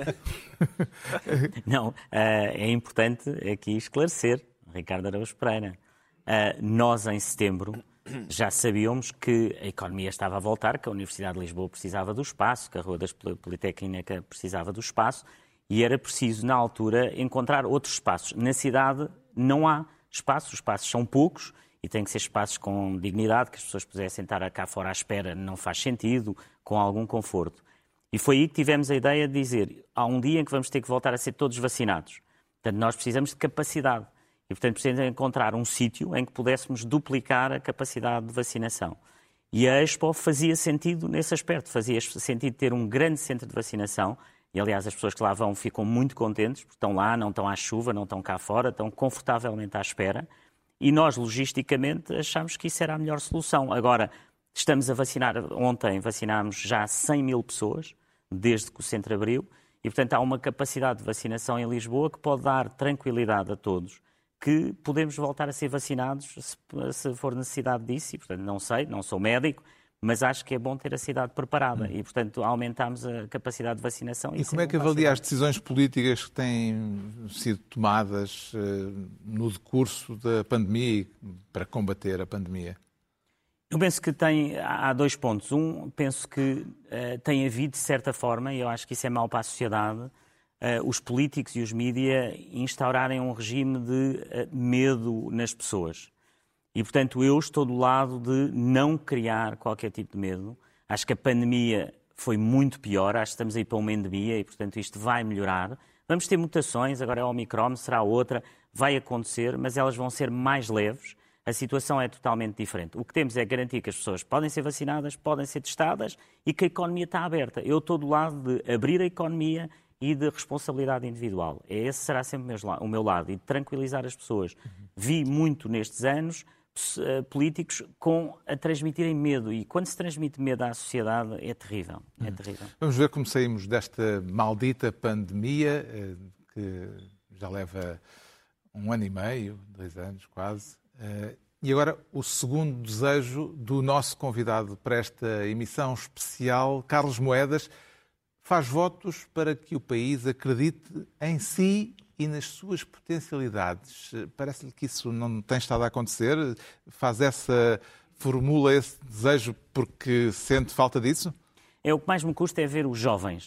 Não, uh, é importante aqui esclarecer, Ricardo Araújo Pereira. Uh, nós, em setembro, já sabíamos que a economia estava a voltar, que a Universidade de Lisboa precisava do espaço, que a Rua da Politécnica precisava do espaço, e era preciso, na altura, encontrar outros espaços. Na cidade não há espaços, os espaços são poucos, e têm que ser espaços com dignidade, que as pessoas pudessem estar cá fora à espera, não faz sentido, com algum conforto. E foi aí que tivemos a ideia de dizer, há um dia em que vamos ter que voltar a ser todos vacinados. Portanto, nós precisamos de capacidade. E, portanto, precisamos encontrar um sítio em que pudéssemos duplicar a capacidade de vacinação. E a Expo fazia sentido nesse aspecto, fazia sentido ter um grande centro de vacinação. E, aliás, as pessoas que lá vão ficam muito contentes, porque estão lá, não estão à chuva, não estão cá fora, estão confortavelmente à espera. E nós, logisticamente, achamos que isso era a melhor solução. Agora, estamos a vacinar, ontem vacinámos já cem mil pessoas, desde que o centro abriu, e, portanto, há uma capacidade de vacinação em Lisboa que pode dar tranquilidade a todos, que podemos voltar a ser vacinados se, se for necessidade disso, e, portanto, não sei, não sou médico, mas acho que é bom ter a cidade preparada e, portanto, aumentámos a capacidade de vacinação. E, e como é que avalia as decisões políticas que têm sido tomadas uh, no decurso da pandemia e para combater a pandemia? Eu penso que tem, há dois pontos. Um, penso que uh, tem havido, de certa forma, e eu acho que isso é mau para a sociedade, uh, os políticos e os mídias instaurarem um regime de uh, medo nas pessoas. E, portanto, eu estou do lado de não criar qualquer tipo de medo. Acho que a pandemia foi muito pior, acho que estamos aí para uma endemia e, portanto, isto vai melhorar. Vamos ter mutações, agora é o Omicron, será outra, vai acontecer, mas elas vão ser mais leves. A situação é totalmente diferente. O que temos é garantir que as pessoas podem ser vacinadas, podem ser testadas e que a economia está aberta. Eu estou do lado de abrir a economia e de responsabilidade individual. Esse será sempre o meu lado, e de tranquilizar as pessoas. Vi muito nestes anos políticos com a transmitirem medo, e quando se transmite medo à sociedade é terrível, é terrível. Vamos ver como saímos desta maldita pandemia que já leva um ano e meio, dois anos quase. E agora o segundo desejo do nosso convidado para esta emissão especial, Carlos Moedas, faz votos para que o país acredite em si e nas suas potencialidades. Parece-lhe que isso não tem estado a acontecer? Faz essa, formula esse desejo porque sente falta disso? É, o que mais me custa é ver os jovens.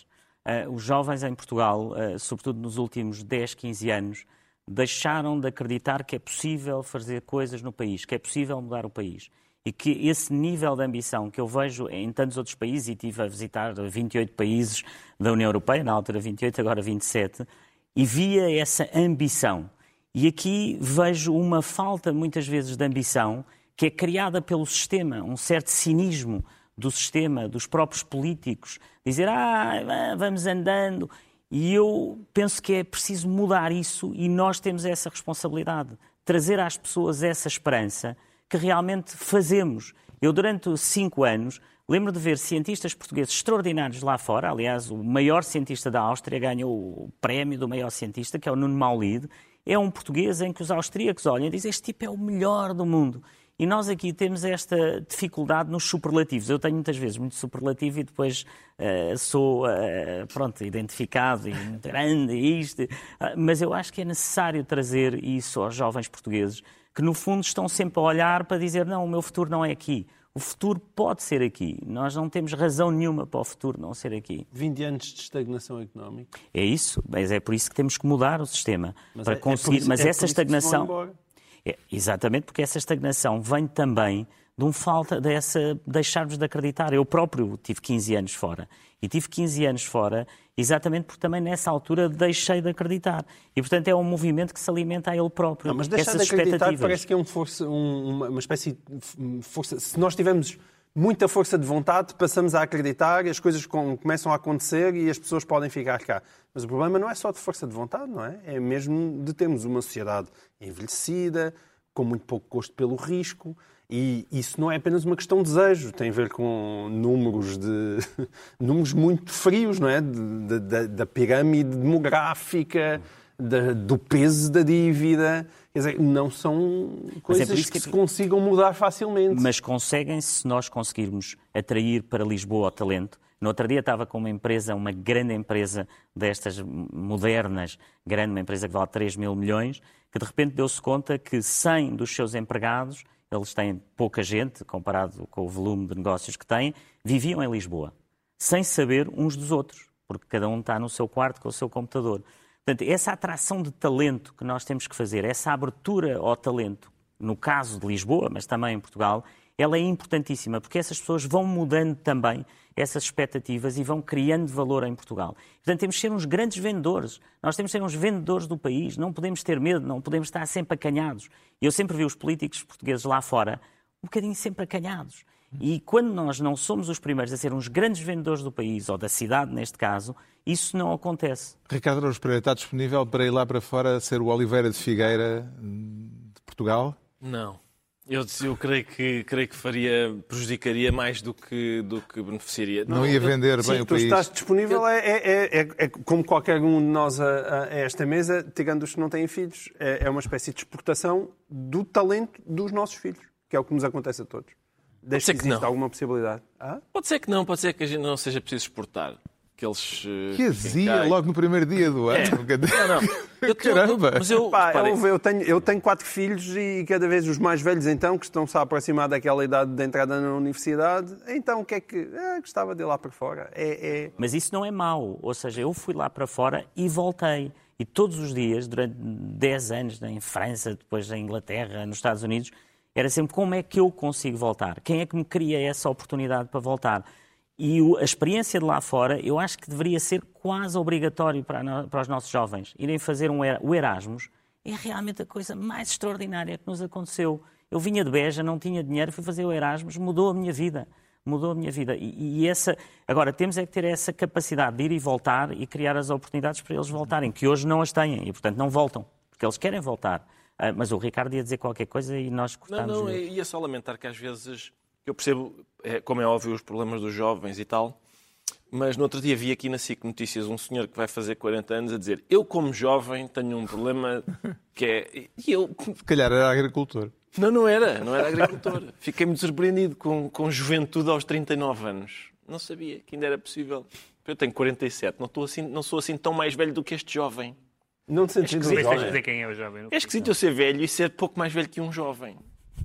uh, os jovens em Portugal, uh, sobretudo nos últimos dez, quinze anos, deixaram de acreditar que é possível fazer coisas no país, que é possível mudar o país. E que esse nível de ambição que eu vejo em tantos outros países, e estive a visitar vinte e oito países da União Europeia, na altura vinte e oito, agora vinte e sete, e via essa ambição. E aqui vejo uma falta, muitas vezes, de ambição, que é criada pelo sistema, um certo cinismo do sistema, dos próprios políticos. Dizer, ah, vamos andando. E eu penso que é preciso mudar isso e nós temos essa responsabilidade. Trazer às pessoas essa esperança que realmente fazemos. Eu, durante cinco anos, lembro de ver cientistas portugueses extraordinários lá fora. Aliás, o maior cientista da Áustria ganhou o prémio do maior cientista, que é o Nuno Maulide. É um português em que os austríacos olham e dizem, este tipo é o melhor do mundo. E nós aqui temos esta dificuldade nos superlativos. Eu tenho muitas vezes muito superlativo e depois uh, sou, uh, pronto, identificado e muito grande e isto. Uh, mas eu acho que é necessário trazer isso aos jovens portugueses, que no fundo estão sempre a olhar para dizer, não, o meu futuro não é aqui. O futuro pode ser aqui. Nós não temos razão nenhuma para o futuro não ser aqui. vinte anos de estagnação económica. É isso, mas é por isso que temos que mudar o sistema. Mas para é, conseguir... é isso, mas é essa estagnação... É, exatamente, porque essa estagnação vem também de um falta dessa deixarmos de acreditar. Eu próprio tive quinze anos fora. E tive quinze anos fora exatamente porque também nessa altura deixei de acreditar. E, portanto, é um movimento que se alimenta a ele próprio. Não, mas deixar de acreditar parece que é um força, um, uma, uma espécie de força... Se nós tivermos muita força de vontade, passamos a acreditar e as coisas com, começam a acontecer e as pessoas podem ficar cá. Mas o problema não é só de força de vontade, não é? É mesmo de termos uma sociedade envelhecida, com muito pouco gosto pelo risco, e isso não é apenas uma questão de desejo, tem a ver com números de números muito frios, não é? De, de, da pirâmide demográfica, de, do peso da dívida. Quer dizer, não são coisas é que, que se consigam mudar facilmente. Mas conseguem-se se nós conseguirmos atrair para Lisboa o talento. No outro dia estava com uma empresa, uma grande empresa destas modernas, grande, uma empresa que vale três mil milhões, que de repente deu-se conta que cem dos seus empregados, eles têm pouca gente comparado com o volume de negócios que têm, viviam em Lisboa, sem saber uns dos outros, porque cada um está no seu quarto com o seu computador. Portanto, essa atração de talento que nós temos que fazer, essa abertura ao talento, no caso de Lisboa, mas também em Portugal, ela é importantíssima, porque essas pessoas vão mudando também essas expectativas e vão criando valor em Portugal. Portanto, temos que ser uns grandes vendedores. Nós temos que ser uns vendedores do país. Não podemos ter medo, não podemos estar sempre acanhados. Eu sempre vi os políticos portugueses lá fora um bocadinho sempre acanhados. E quando nós não somos os primeiros a ser uns grandes vendedores do país, ou da cidade, neste caso, isso não acontece. Ricardo Araújo Pereira, está disponível para ir lá para fora ser o Oliveira de Figueira de Portugal? Não. Eu, eu creio que, creio que faria, prejudicaria mais do que, do que beneficiaria. Não, não ia vender eu, bem sim, o país. Tu estás disponível, é, é, é, é como qualquer um de nós a, a esta mesa, tirando os que não têm filhos, é, é uma espécie de exportação do talento dos nossos filhos, que é o que nos acontece a todos. Desde que existe alguma possibilidade. Ah? Pode ser que não, pode ser que a gente não seja preciso exportar. Que eles... Que azia, logo no primeiro dia do ano. É. Não, não. Eu, Caramba! Eu, mas eu, Pá, eu, eu, tenho, eu tenho quatro filhos e cada vez os mais velhos, então, que estão-se a aproximar daquela idade de entrada na universidade, então o que é que... Ah, gostava de ir lá para fora. É, é... Mas isso não é mau. Ou seja, eu fui lá para fora e voltei. E todos os dias, durante dez anos, em França, depois em Inglaterra, nos Estados Unidos, era sempre como é que eu consigo voltar? Quem é que me cria essa oportunidade para voltar? E a experiência de lá fora, eu acho que deveria ser quase obrigatório para, para os nossos jovens. Irem fazer um, o Erasmus é realmente a coisa mais extraordinária que nos aconteceu. Eu vinha de Beja, não tinha dinheiro, fui fazer o Erasmus, mudou a minha vida. Mudou a minha vida. E, e essa... Agora, temos é que ter essa capacidade de ir e voltar e criar as oportunidades para eles voltarem, que hoje não as têm e, portanto, não voltam, porque eles querem voltar. Uh, mas o Ricardo ia dizer qualquer coisa e nós cortámos... Não, não, ia só lamentar que às vezes... Eu percebo, é, como é óbvio, os problemas dos jovens e tal, mas no outro dia vi aqui na S I C Notícias um senhor que vai fazer quarenta anos a dizer eu, como jovem, tenho um problema que é... E eu... Se calhar era agricultor. Não, não era. Não era agricultor. Fiquei-me surpreendido com, com juventude aos trinta e nove anos. Não sabia que ainda era possível. Eu tenho quarenta e sete. Não, estou assim, não sou assim tão mais velho do que este jovem. Não te sentes é jovem? Quem é o jovem? É esquisito eu ser velho e ser pouco mais velho que um jovem.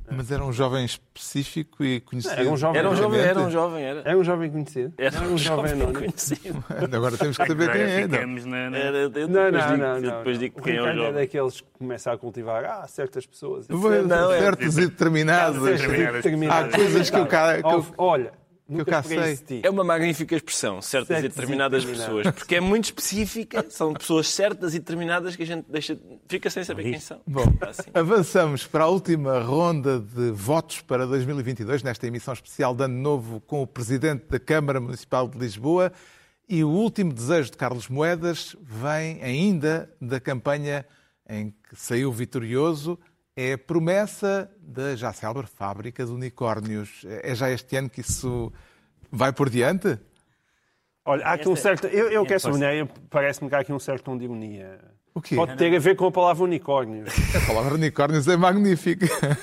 Mas era um jovem específico e conhecido. Era um jovem, Era um jovem, era um jovem. Era, era um jovem conhecido. era um jovem anónimo. conhecido. Agora temos que saber quem é. Não. Ficamos na- na- Era, eu depois Não, não, digo, não. eu não, depois não. digo O quem é o Ricardo é jovem. daqueles que começa a cultivar ah, certas pessoas. Não, é- Certos e determinados. Determinadas Há coisas que eu cá, que eu, Olha, eu nunca cá peguei sei. esse ti. É uma magnífica expressão, certas e Certas e determinadas determinadas. pessoas, porque é muito específica, são pessoas certas e determinadas que a gente deixa, fica sem saber quem são. Bom, Assim. avançamos para a última ronda de votos para dois mil e vinte e dois, nesta emissão especial de Ano Novo com o Presidente da Câmara Municipal de Lisboa. E o último desejo de Carlos Moedas vem ainda da campanha em que saiu vitorioso. É a promessa da já célebre fábrica de unicórnios. É já este ano que isso vai por diante? Olha, há aqui um certo. Eu, eu quero força. sublinhar, parece-me que há aqui um certo tom de ironia. O quê? Pode ter a ver com a palavra unicórnio. A palavra unicórnios é magnífica.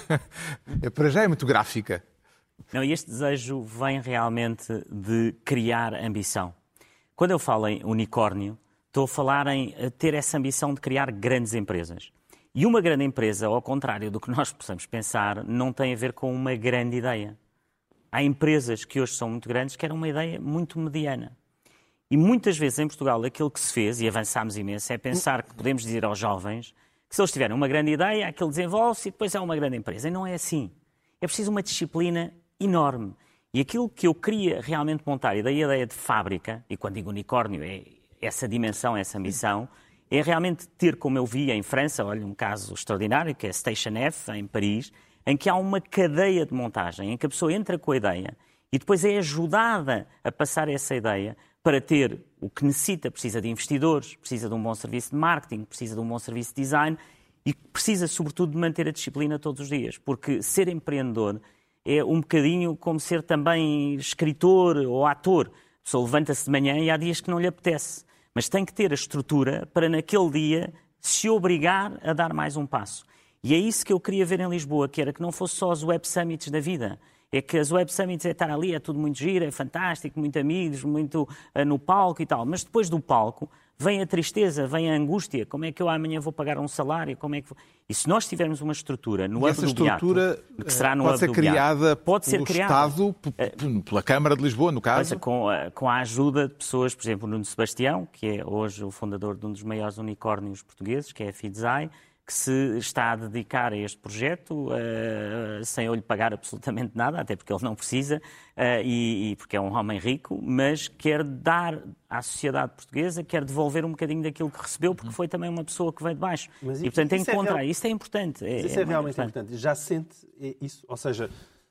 É, para já é muito gráfica. Não, e este desejo vem realmente de criar ambição. Quando eu falo em unicórnio, estou a falar em ter essa ambição de criar grandes empresas. E uma grande empresa, ao contrário do que nós possamos pensar, não tem a ver com uma grande ideia. Há empresas que hoje são muito grandes que eram uma ideia muito mediana. E muitas vezes em Portugal aquilo que se fez, e avançámos imenso, é pensar que podemos dizer aos jovens que se eles tiverem uma grande ideia, aquilo desenvolve-se e depois é uma grande empresa. E não é assim. É preciso uma disciplina enorme. E aquilo que eu queria realmente montar, e daí a ideia de fábrica, e quando digo unicórnio é essa dimensão, essa ambição, é realmente ter, como eu vi em França, olha, um caso extraordinário, que é a Station F, em Paris, em que há uma cadeia de montagem, em que a pessoa entra com a ideia e depois é ajudada a passar essa ideia para ter o que necessita. Precisa de investidores, precisa de um bom serviço de marketing, precisa de um bom serviço de design e precisa, sobretudo, de manter a disciplina todos os dias, porque ser empreendedor é um bocadinho como ser também escritor ou ator. A pessoa levanta-se de manhã e há dias que não lhe apetece, mas tem que ter a estrutura para, naquele dia, se obrigar a dar mais um passo. E é isso que eu queria ver em Lisboa, que era que não fosse só as Web Summits da vida. É que as Web Summits é estar ali, é tudo muito giro, é fantástico, muito amigos, muito uh, no palco e tal. Mas depois do palco vem a tristeza, vem a angústia. Como é que eu amanhã vou pagar um salário? Como é que vou... E se nós tivermos uma estrutura no E hub essa do estrutura Beato, que será no pode hub ser do Beato, criada pode ser pelo criada. Estado, p- p- pela Câmara de Lisboa, no caso. Seja, com, a, com a ajuda de pessoas, por exemplo, Nuno Sebastião, que é hoje o fundador de um dos maiores unicórnios portugueses, que é a Fidzai, que se está a dedicar a este projeto uh, sem eu lhe pagar absolutamente nada, até porque ele não precisa, uh, e, e porque é um homem rico, mas quer dar à sociedade portuguesa, quer devolver um bocadinho daquilo que recebeu, porque foi também uma pessoa que veio de baixo. Mas e, portanto, tem isso que é encontrar. real- Isso é importante. É, Isso é, muito realmente importante. Já sente isso? Ou seja,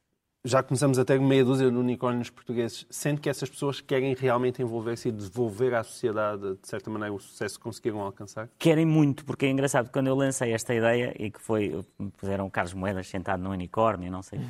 já começamos a ter meia dúzia de unicórnios portugueses. Sente que essas pessoas querem realmente envolver-se e devolver à sociedade, de certa maneira, o sucesso que conseguiram alcançar? Querem muito, porque é engraçado, quando eu lancei esta ideia, e que foi, me puseram o Carlos Moedas sentado no unicórnio, não sei, uh,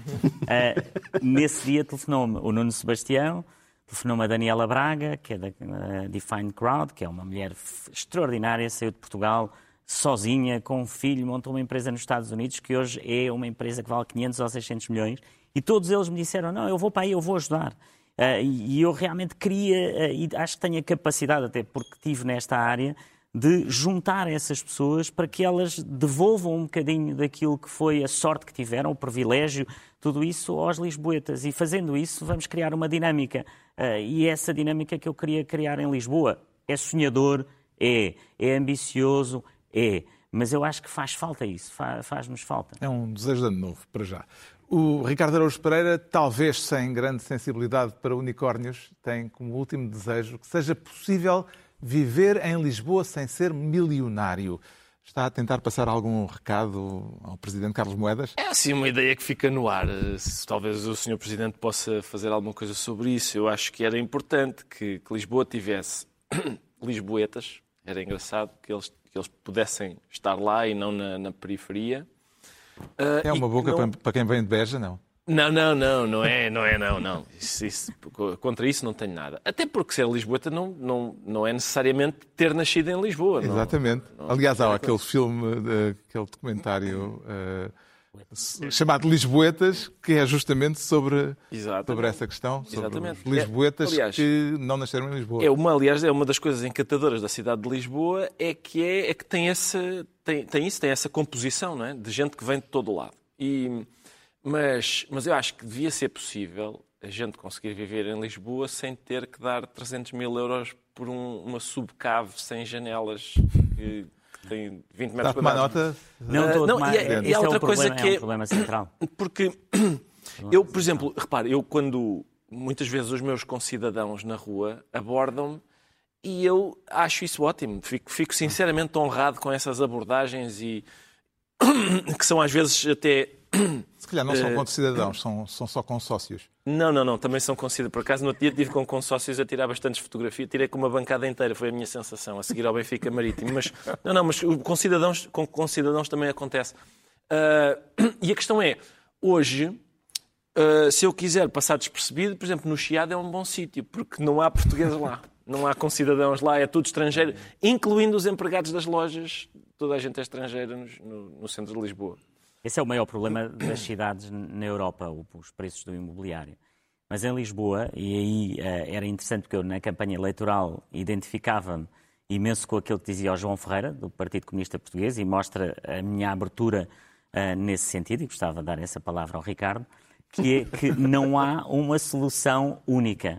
nesse dia telefonou-me o Nuno Sebastião, telefonou-me a Daniela Braga, que é da uh, Define Crowd, que é uma mulher f- extraordinária, saiu de Portugal sozinha, com um filho, montou uma empresa nos Estados Unidos, que hoje é uma empresa que vale quinhentos ou seiscentos milhões, e todos eles me disseram, não, eu vou para aí, eu vou ajudar. Uh, e, e eu realmente queria, uh, e acho que tenho a capacidade, até porque estive nesta área, de juntar essas pessoas para que elas devolvam um bocadinho daquilo que foi a sorte que tiveram, o privilégio, tudo isso aos lisboetas. E fazendo isso vamos criar uma dinâmica. Uh, e essa dinâmica que eu queria criar em Lisboa é sonhador, é, é ambicioso, é. Mas eu acho que faz falta isso, faz, faz-nos falta. É um desejo de ano novo, para já. O Ricardo Araújo Pereira, talvez sem grande sensibilidade para unicórnios, tem como último desejo que seja possível viver em Lisboa sem ser milionário. Está a tentar passar algum recado ao Presidente Carlos Moedas? É assim uma ideia que fica no ar. Se talvez o senhor Presidente possa fazer alguma coisa sobre isso. Eu acho que era importante que, que Lisboa tivesse lisboetas. Era engraçado que eles, que eles pudessem estar lá e não na, na periferia. Uh, É uma e boca que não... para quem vem de Beja, não? Não, não, não, não é, não é, não, não. Isso, isso, contra isso não tenho nada. Até porque ser lisboeta não, não, não é necessariamente ter nascido em Lisboa. Não, Exatamente. não, Aliás, há aquele filme, aquele documentário uh, chamado Lisboetas, que é justamente sobre, sobre essa questão, sobre Exatamente. os lisboetas é, aliás, que não nasceram em Lisboa. É uma, aliás, é uma das coisas encantadoras da cidade de Lisboa, é que, é, é que tem, essa, tem, tem isso, tem essa composição, não é? De gente que vem de todo o lado. E... Mas, mas eu acho que devia ser possível a gente conseguir viver em Lisboa sem ter que dar trezentos mil euros por um, uma subcave sem janelas que, que tem vinte metros quadrados. Nota? Não, estou a não, tomar. e, é, e há outra é um coisa problema, que é... é um problema central. Porque eu, por exemplo, repare, eu quando muitas vezes os meus concidadãos na rua abordam-me e eu acho isso ótimo. Fico, fico sinceramente honrado com essas abordagens e que são às vezes até... Se calhar não são uh... concidadãos, são, são só consócios. Não, não, não, também são concidadãos. Por acaso, no outro dia estive com consócios a tirar bastantes fotografias, tirei com uma bancada inteira, foi a minha sensação, a seguir ao Benfica Marítimo. Mas, não, não, mas com cidadãos, com concidadãos também acontece. Uh, e a questão é, hoje, uh, se eu quiser passar despercebido, por exemplo, no Chiado é um bom sítio, porque não há portugueses lá, não há concidadãos lá, é tudo estrangeiro, incluindo os empregados das lojas, toda a gente é estrangeira no, no, no centro de Lisboa. Esse é o maior problema das cidades na Europa, os preços do imobiliário. Mas em Lisboa, e aí uh, era interessante porque eu na campanha eleitoral identificava-me imenso com aquilo que dizia o João Ferreira, do Partido Comunista Português, e mostra a minha abertura uh, nesse sentido, e gostava de dar essa palavra ao Ricardo, que é que não há uma solução única.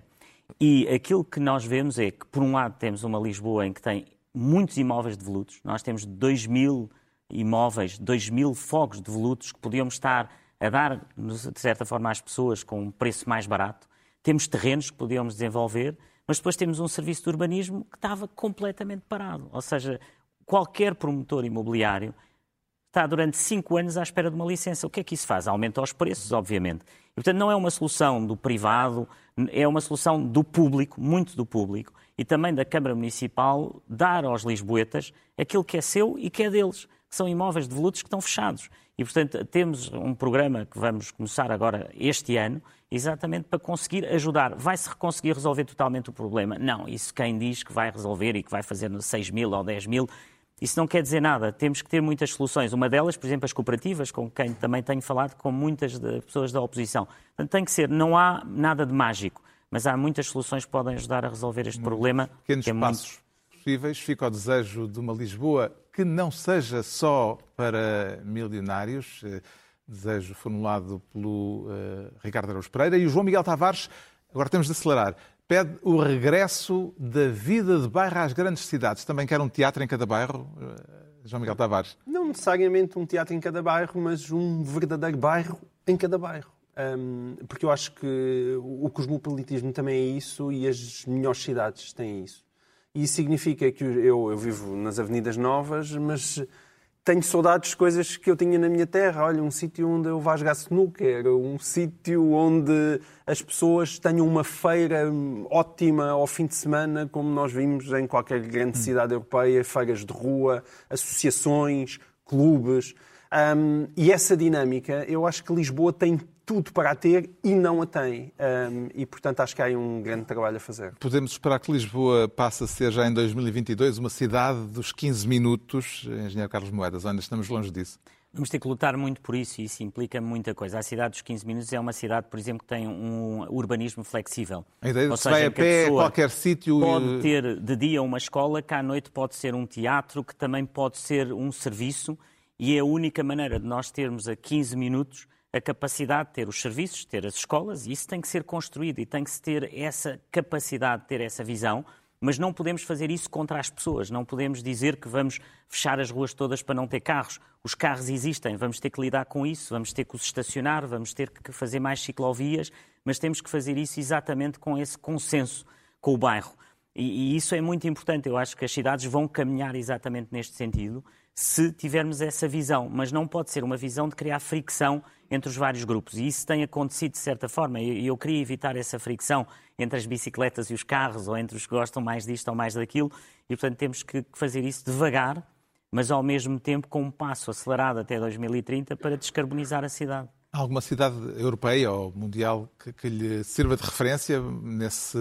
E aquilo que nós vemos é que, por um lado, temos uma Lisboa em que tem muitos imóveis devolutos, nós temos dois mil imóveis, dois mil fogos devolutos que podíamos estar a dar, de certa forma, às pessoas com um preço mais barato. Temos terrenos que podíamos desenvolver, mas depois temos um serviço de urbanismo que estava completamente parado. Ou seja, qualquer promotor imobiliário está durante cinco anos à espera de uma licença. O que é que isso faz? Aumenta os preços, obviamente. E, portanto, não é uma solução do privado, é uma solução do público, muito do público, e também da Câmara Municipal dar aos lisboetas aquilo que é seu e que é deles, que são imóveis devolutos que estão fechados. E, portanto, temos um programa que vamos começar agora este ano, exatamente para conseguir ajudar. Vai-se conseguir resolver totalmente o problema? Não, isso quem diz que vai resolver e que vai fazer seis mil ou dez mil, isso não quer dizer nada. Temos que ter muitas soluções. Uma delas, por exemplo, as cooperativas, com quem também tenho falado, com muitas de, pessoas da oposição. Portanto, tem que ser, não há nada de mágico, mas há muitas soluções que podem ajudar a resolver este problema. Pequenos que é passos muito... possíveis. Fica o desejo de uma Lisboa que não seja só para milionários, desejo formulado pelo uh, Ricardo Araújo Pereira. E o João Miguel Tavares, agora temos de acelerar, pede o regresso da vida de bairro às grandes cidades. Também quer um teatro em cada bairro, uh, João Miguel Tavares? Não necessariamente um teatro em cada bairro, mas um verdadeiro bairro em cada bairro. Um, porque eu acho que o cosmopolitismo também é isso e as melhores cidades têm isso. E isso significa que eu, eu vivo nas Avenidas Novas, mas tenho saudades de coisas que eu tinha na minha terra. Olha, um sítio onde eu vá jogar snooker, um sítio onde as pessoas tenham uma feira ótima ao fim de semana, como nós vimos em qualquer grande cidade europeia, feiras de rua, associações, clubes. Um, e essa dinâmica, eu acho que Lisboa tem tudo para a ter e não a tem. Um, e, portanto, acho que há aí um grande trabalho a fazer. Podemos esperar que Lisboa passe a ser, já em dois mil e vinte e dois, uma cidade dos quinze minutos, Engenheiro Carlos Moedas, ou ainda estamos longe disso? Vamos ter que lutar muito por isso e isso implica muita coisa. A cidade dos quinze minutos é uma cidade, por exemplo, que tem um urbanismo flexível. A ideia de que se vai a pé, a qualquer sítio... Pode ter de dia uma escola, que à noite pode ser um teatro, que também pode ser um serviço, e é a única maneira de nós termos a quinze minutos a capacidade de ter os serviços, ter as escolas, e isso tem que ser construído e tem que se ter essa capacidade de ter essa visão, mas não podemos fazer isso contra as pessoas, não podemos dizer que vamos fechar as ruas todas para não ter carros. Os carros existem, vamos ter que lidar com isso, vamos ter que os estacionar, vamos ter que fazer mais ciclovias, mas temos que fazer isso exatamente com esse consenso com o bairro. E, e isso é muito importante, eu acho que as cidades vão caminhar exatamente neste sentido, se tivermos essa visão, mas não pode ser uma visão de criar fricção entre os vários grupos. E isso tem acontecido de certa forma. E eu queria evitar essa fricção entre as bicicletas e os carros, ou entre os que gostam mais disto ou mais daquilo. E, portanto, temos que fazer isso devagar, mas ao mesmo tempo com um passo acelerado até dois mil e trinta para descarbonizar a cidade. Há alguma cidade europeia ou mundial que, que lhe sirva de referência nesse,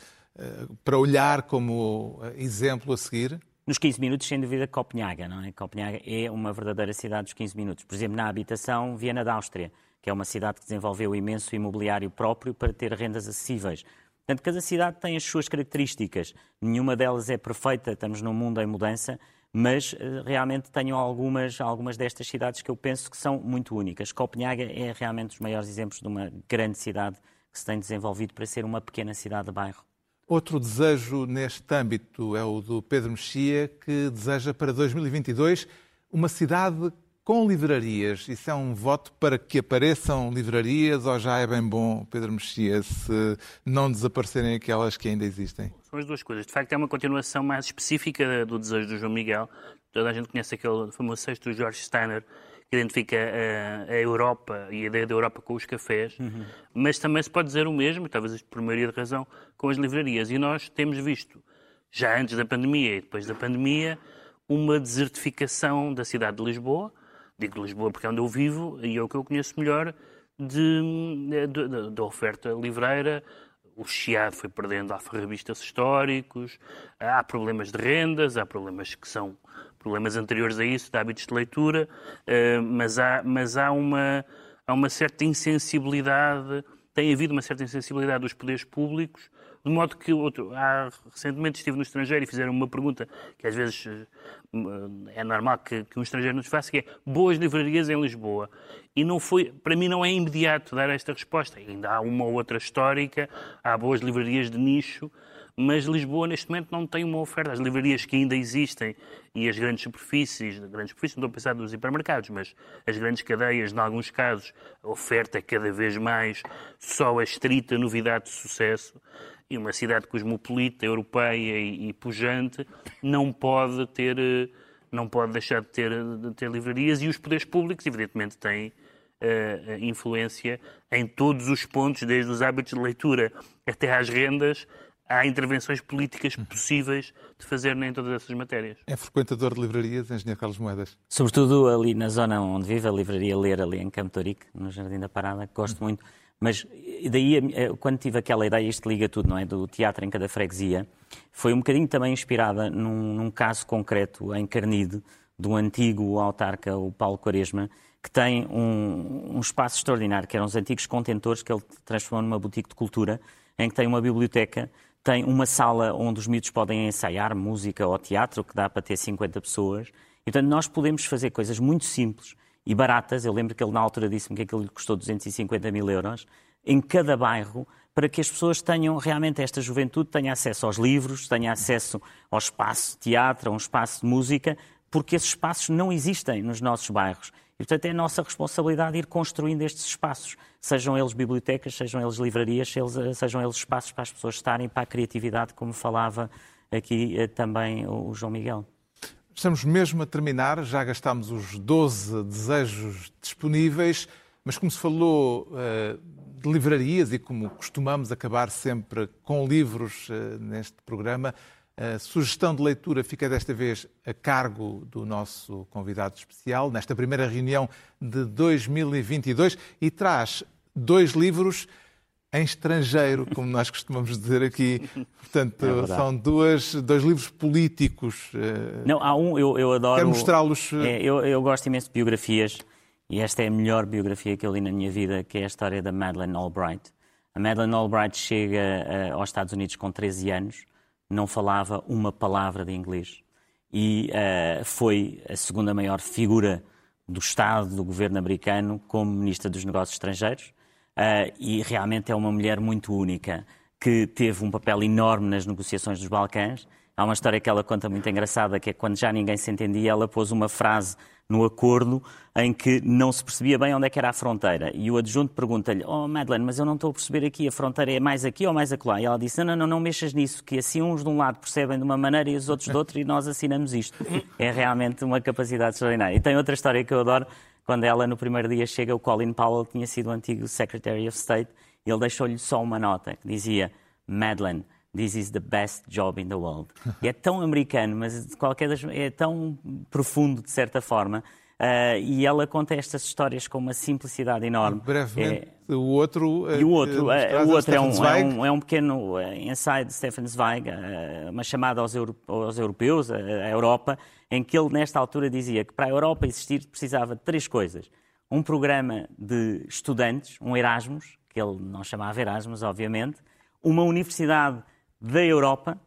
para olhar como exemplo a seguir? Nos quinze minutos, sem dúvida, Copenhaga, não é? Copenhaga é uma verdadeira cidade dos quinze minutos. Por exemplo, na habitação, Viena da Áustria, que é uma cidade que desenvolveu imenso imobiliário próprio para ter rendas acessíveis. Portanto, cada cidade tem as suas características. Nenhuma delas é perfeita, estamos num mundo em mudança, mas realmente tenho algumas, algumas destas cidades que eu penso que são muito únicas. Copenhaga é realmente um dos maiores exemplos de uma grande cidade que se tem desenvolvido para ser uma pequena cidade de bairro. Outro desejo neste âmbito é o do Pedro Mexia, que deseja para dois mil e vinte e dois uma cidade com livrarias. Isso é um voto para que apareçam livrarias ou já é bem bom, Pedro Mexia, se não desaparecerem aquelas que ainda existem? São as duas coisas. De facto, é uma continuação mais específica do desejo do João Miguel. Toda a gente conhece aquele famoso texto do George Steiner, que identifica a, a Europa e a ideia da Europa com os cafés, uhum. Mas também se pode dizer o mesmo, e talvez por maioria de razão, com as livrarias. E nós temos visto, já antes da pandemia e depois da pandemia, uma desertificação da cidade de Lisboa. Digo Lisboa porque é onde eu vivo e é o que eu conheço melhor da oferta livreira. O Chiado foi perdendo alfarrabistas históricos, há problemas de rendas, há problemas que são problemas anteriores a isso, de hábitos de leitura, mas há, mas há, uma, há uma certa insensibilidade, tem havido uma certa insensibilidade dos poderes públicos, de modo que outro, há, recentemente estive no estrangeiro e fizeram uma pergunta que às vezes é normal que, que um estrangeiro nos faça, que é boas livrarias em Lisboa. E não foi, para mim não é imediato dar esta resposta. Ainda há uma ou outra histórica, há boas livrarias de nicho, mas Lisboa neste momento não tem uma oferta. As livrarias que ainda existem e as grandes superfícies, grandes superfícies, não estou a pensar nos hipermercados, mas as grandes cadeias, em alguns casos, a oferta é cada vez mais só a estrita novidade de sucesso. E uma cidade cosmopolita, europeia e, e pujante não pode ter, não pode deixar de ter, de ter livrarias, e os poderes públicos, evidentemente, têm uh, influência em todos os pontos, desde os hábitos de leitura até às rendas. Há intervenções políticas possíveis de fazer em todas essas matérias. É frequentador de livrarias, engenheiro Carlos Moedas? Sobretudo ali na zona onde vive, a livraria Ler, ali em Campo de Ourique, no Jardim da Parada, que gosto muito. Mas daí, quando tive aquela ideia, isto liga tudo, não é? Do teatro em cada freguesia, foi um bocadinho também inspirada num, num caso concreto em Carnide, do antigo autarca, o Paulo Quaresma, que tem um, um espaço extraordinário, que eram os antigos contentores que ele transformou numa boutique de cultura, em que tem uma biblioteca, tem uma sala onde os miúdos podem ensaiar música ou teatro, que dá para ter cinquenta pessoas. E, portanto, nós podemos fazer coisas muito simples e baratas. Eu lembro que ele, na altura, disse-me que aquilo lhe custou duzentos e cinquenta mil euros, em cada bairro, para que as pessoas tenham, realmente, esta juventude tenha acesso aos livros, tenha acesso ao espaço de teatro, a um espaço de música, porque esses espaços não existem nos nossos bairros. E, portanto, é a nossa responsabilidade ir construindo estes espaços, sejam eles bibliotecas, sejam eles livrarias, sejam eles espaços para as pessoas estarem, para a criatividade, como falava aqui também o João Miguel. Estamos mesmo a terminar, já gastámos os doze desejos disponíveis, mas como se falou uh, de livrarias e como costumamos acabar sempre com livros uh, neste programa, a sugestão de leitura fica desta vez a cargo do nosso convidado especial, nesta primeira reunião de dois mil e vinte e dois, e traz dois livros em estrangeiro, como nós costumamos dizer aqui. Portanto, é são duas, dois livros políticos. Não, há um, eu, eu adoro... Quero mostrá-los. É, eu, eu gosto imenso de biografias, e esta é a melhor biografia que eu li na minha vida, que é a história da Madeleine Albright. A Madeleine Albright chega uh, aos Estados Unidos com treze anos, não falava uma palavra de inglês. E uh, foi a segunda maior figura do Estado, do governo americano, como Ministra dos Negócios Estrangeiros. Uh, e realmente é uma mulher muito única, que teve um papel enorme nas negociações dos Balcãs. Há uma história que ela conta muito engraçada, que é quando já ninguém se entendia, ela pôs uma frase no acordo em que não se percebia bem onde é que era a fronteira. E o adjunto pergunta-lhe: oh, Madeleine, mas eu não estou a perceber aqui, a fronteira é mais aqui ou mais acolá? E ela disse: não, não, não mexas nisso, que assim uns de um lado percebem de uma maneira e os outros de outro, e nós assinamos isto. É realmente uma capacidade extraordinária. E tem outra história que eu adoro, quando ela no primeiro dia chega, o Colin Powell tinha sido o antigo Secretary of State, e ele deixou-lhe só uma nota que dizia: Madeleine, this is the best job in the world. E é tão americano, mas de qualquer das, é tão profundo, de certa forma, uh, e ela conta estas histórias com uma simplicidade enorme. Brevemente, é... o outro... E o outro, uh, o outro é, um, é, um, é um pequeno uh, ensaio de Stefan Zweig, uh, uma chamada aos, euro, aos europeus, à Europa, em que ele, nesta altura, dizia que para a Europa existir precisava de três coisas. Um programa de estudantes, um Erasmus, que ele não chamava Erasmus, obviamente, uma universidade da Europa,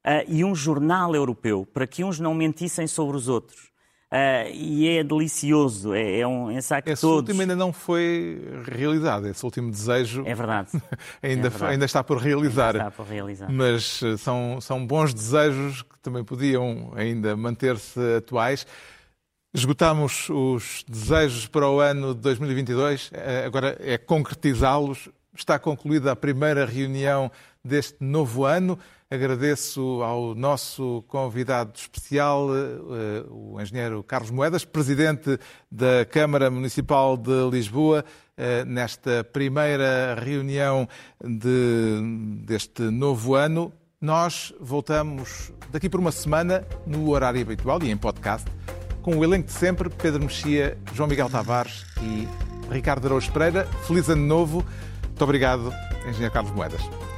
uh, e um jornal europeu, para que uns não mentissem sobre os outros. Uh, e é delicioso, é, é um ensaio que esse todos... último ainda não foi realizado, esse último desejo É verdade. ainda, É verdade. ainda está por realizar. Ainda está por realizar. Mas uh, são, são bons desejos que também podiam ainda manter-se atuais. Esgotámos os desejos para o ano de dois mil e vinte e dois, agora é concretizá-los. Está concluída a primeira reunião deste novo ano. Agradeço ao nosso convidado especial, o engenheiro Carlos Moedas, presidente da Câmara Municipal de Lisboa, nesta primeira reunião de, deste novo ano. Nós voltamos daqui por uma semana, no horário habitual e em podcast, com o elenco de sempre, Pedro Mexia, João Miguel Tavares e Ricardo Araújo Pereira. Feliz ano novo. Muito obrigado, engenheiro Carlos Moedas.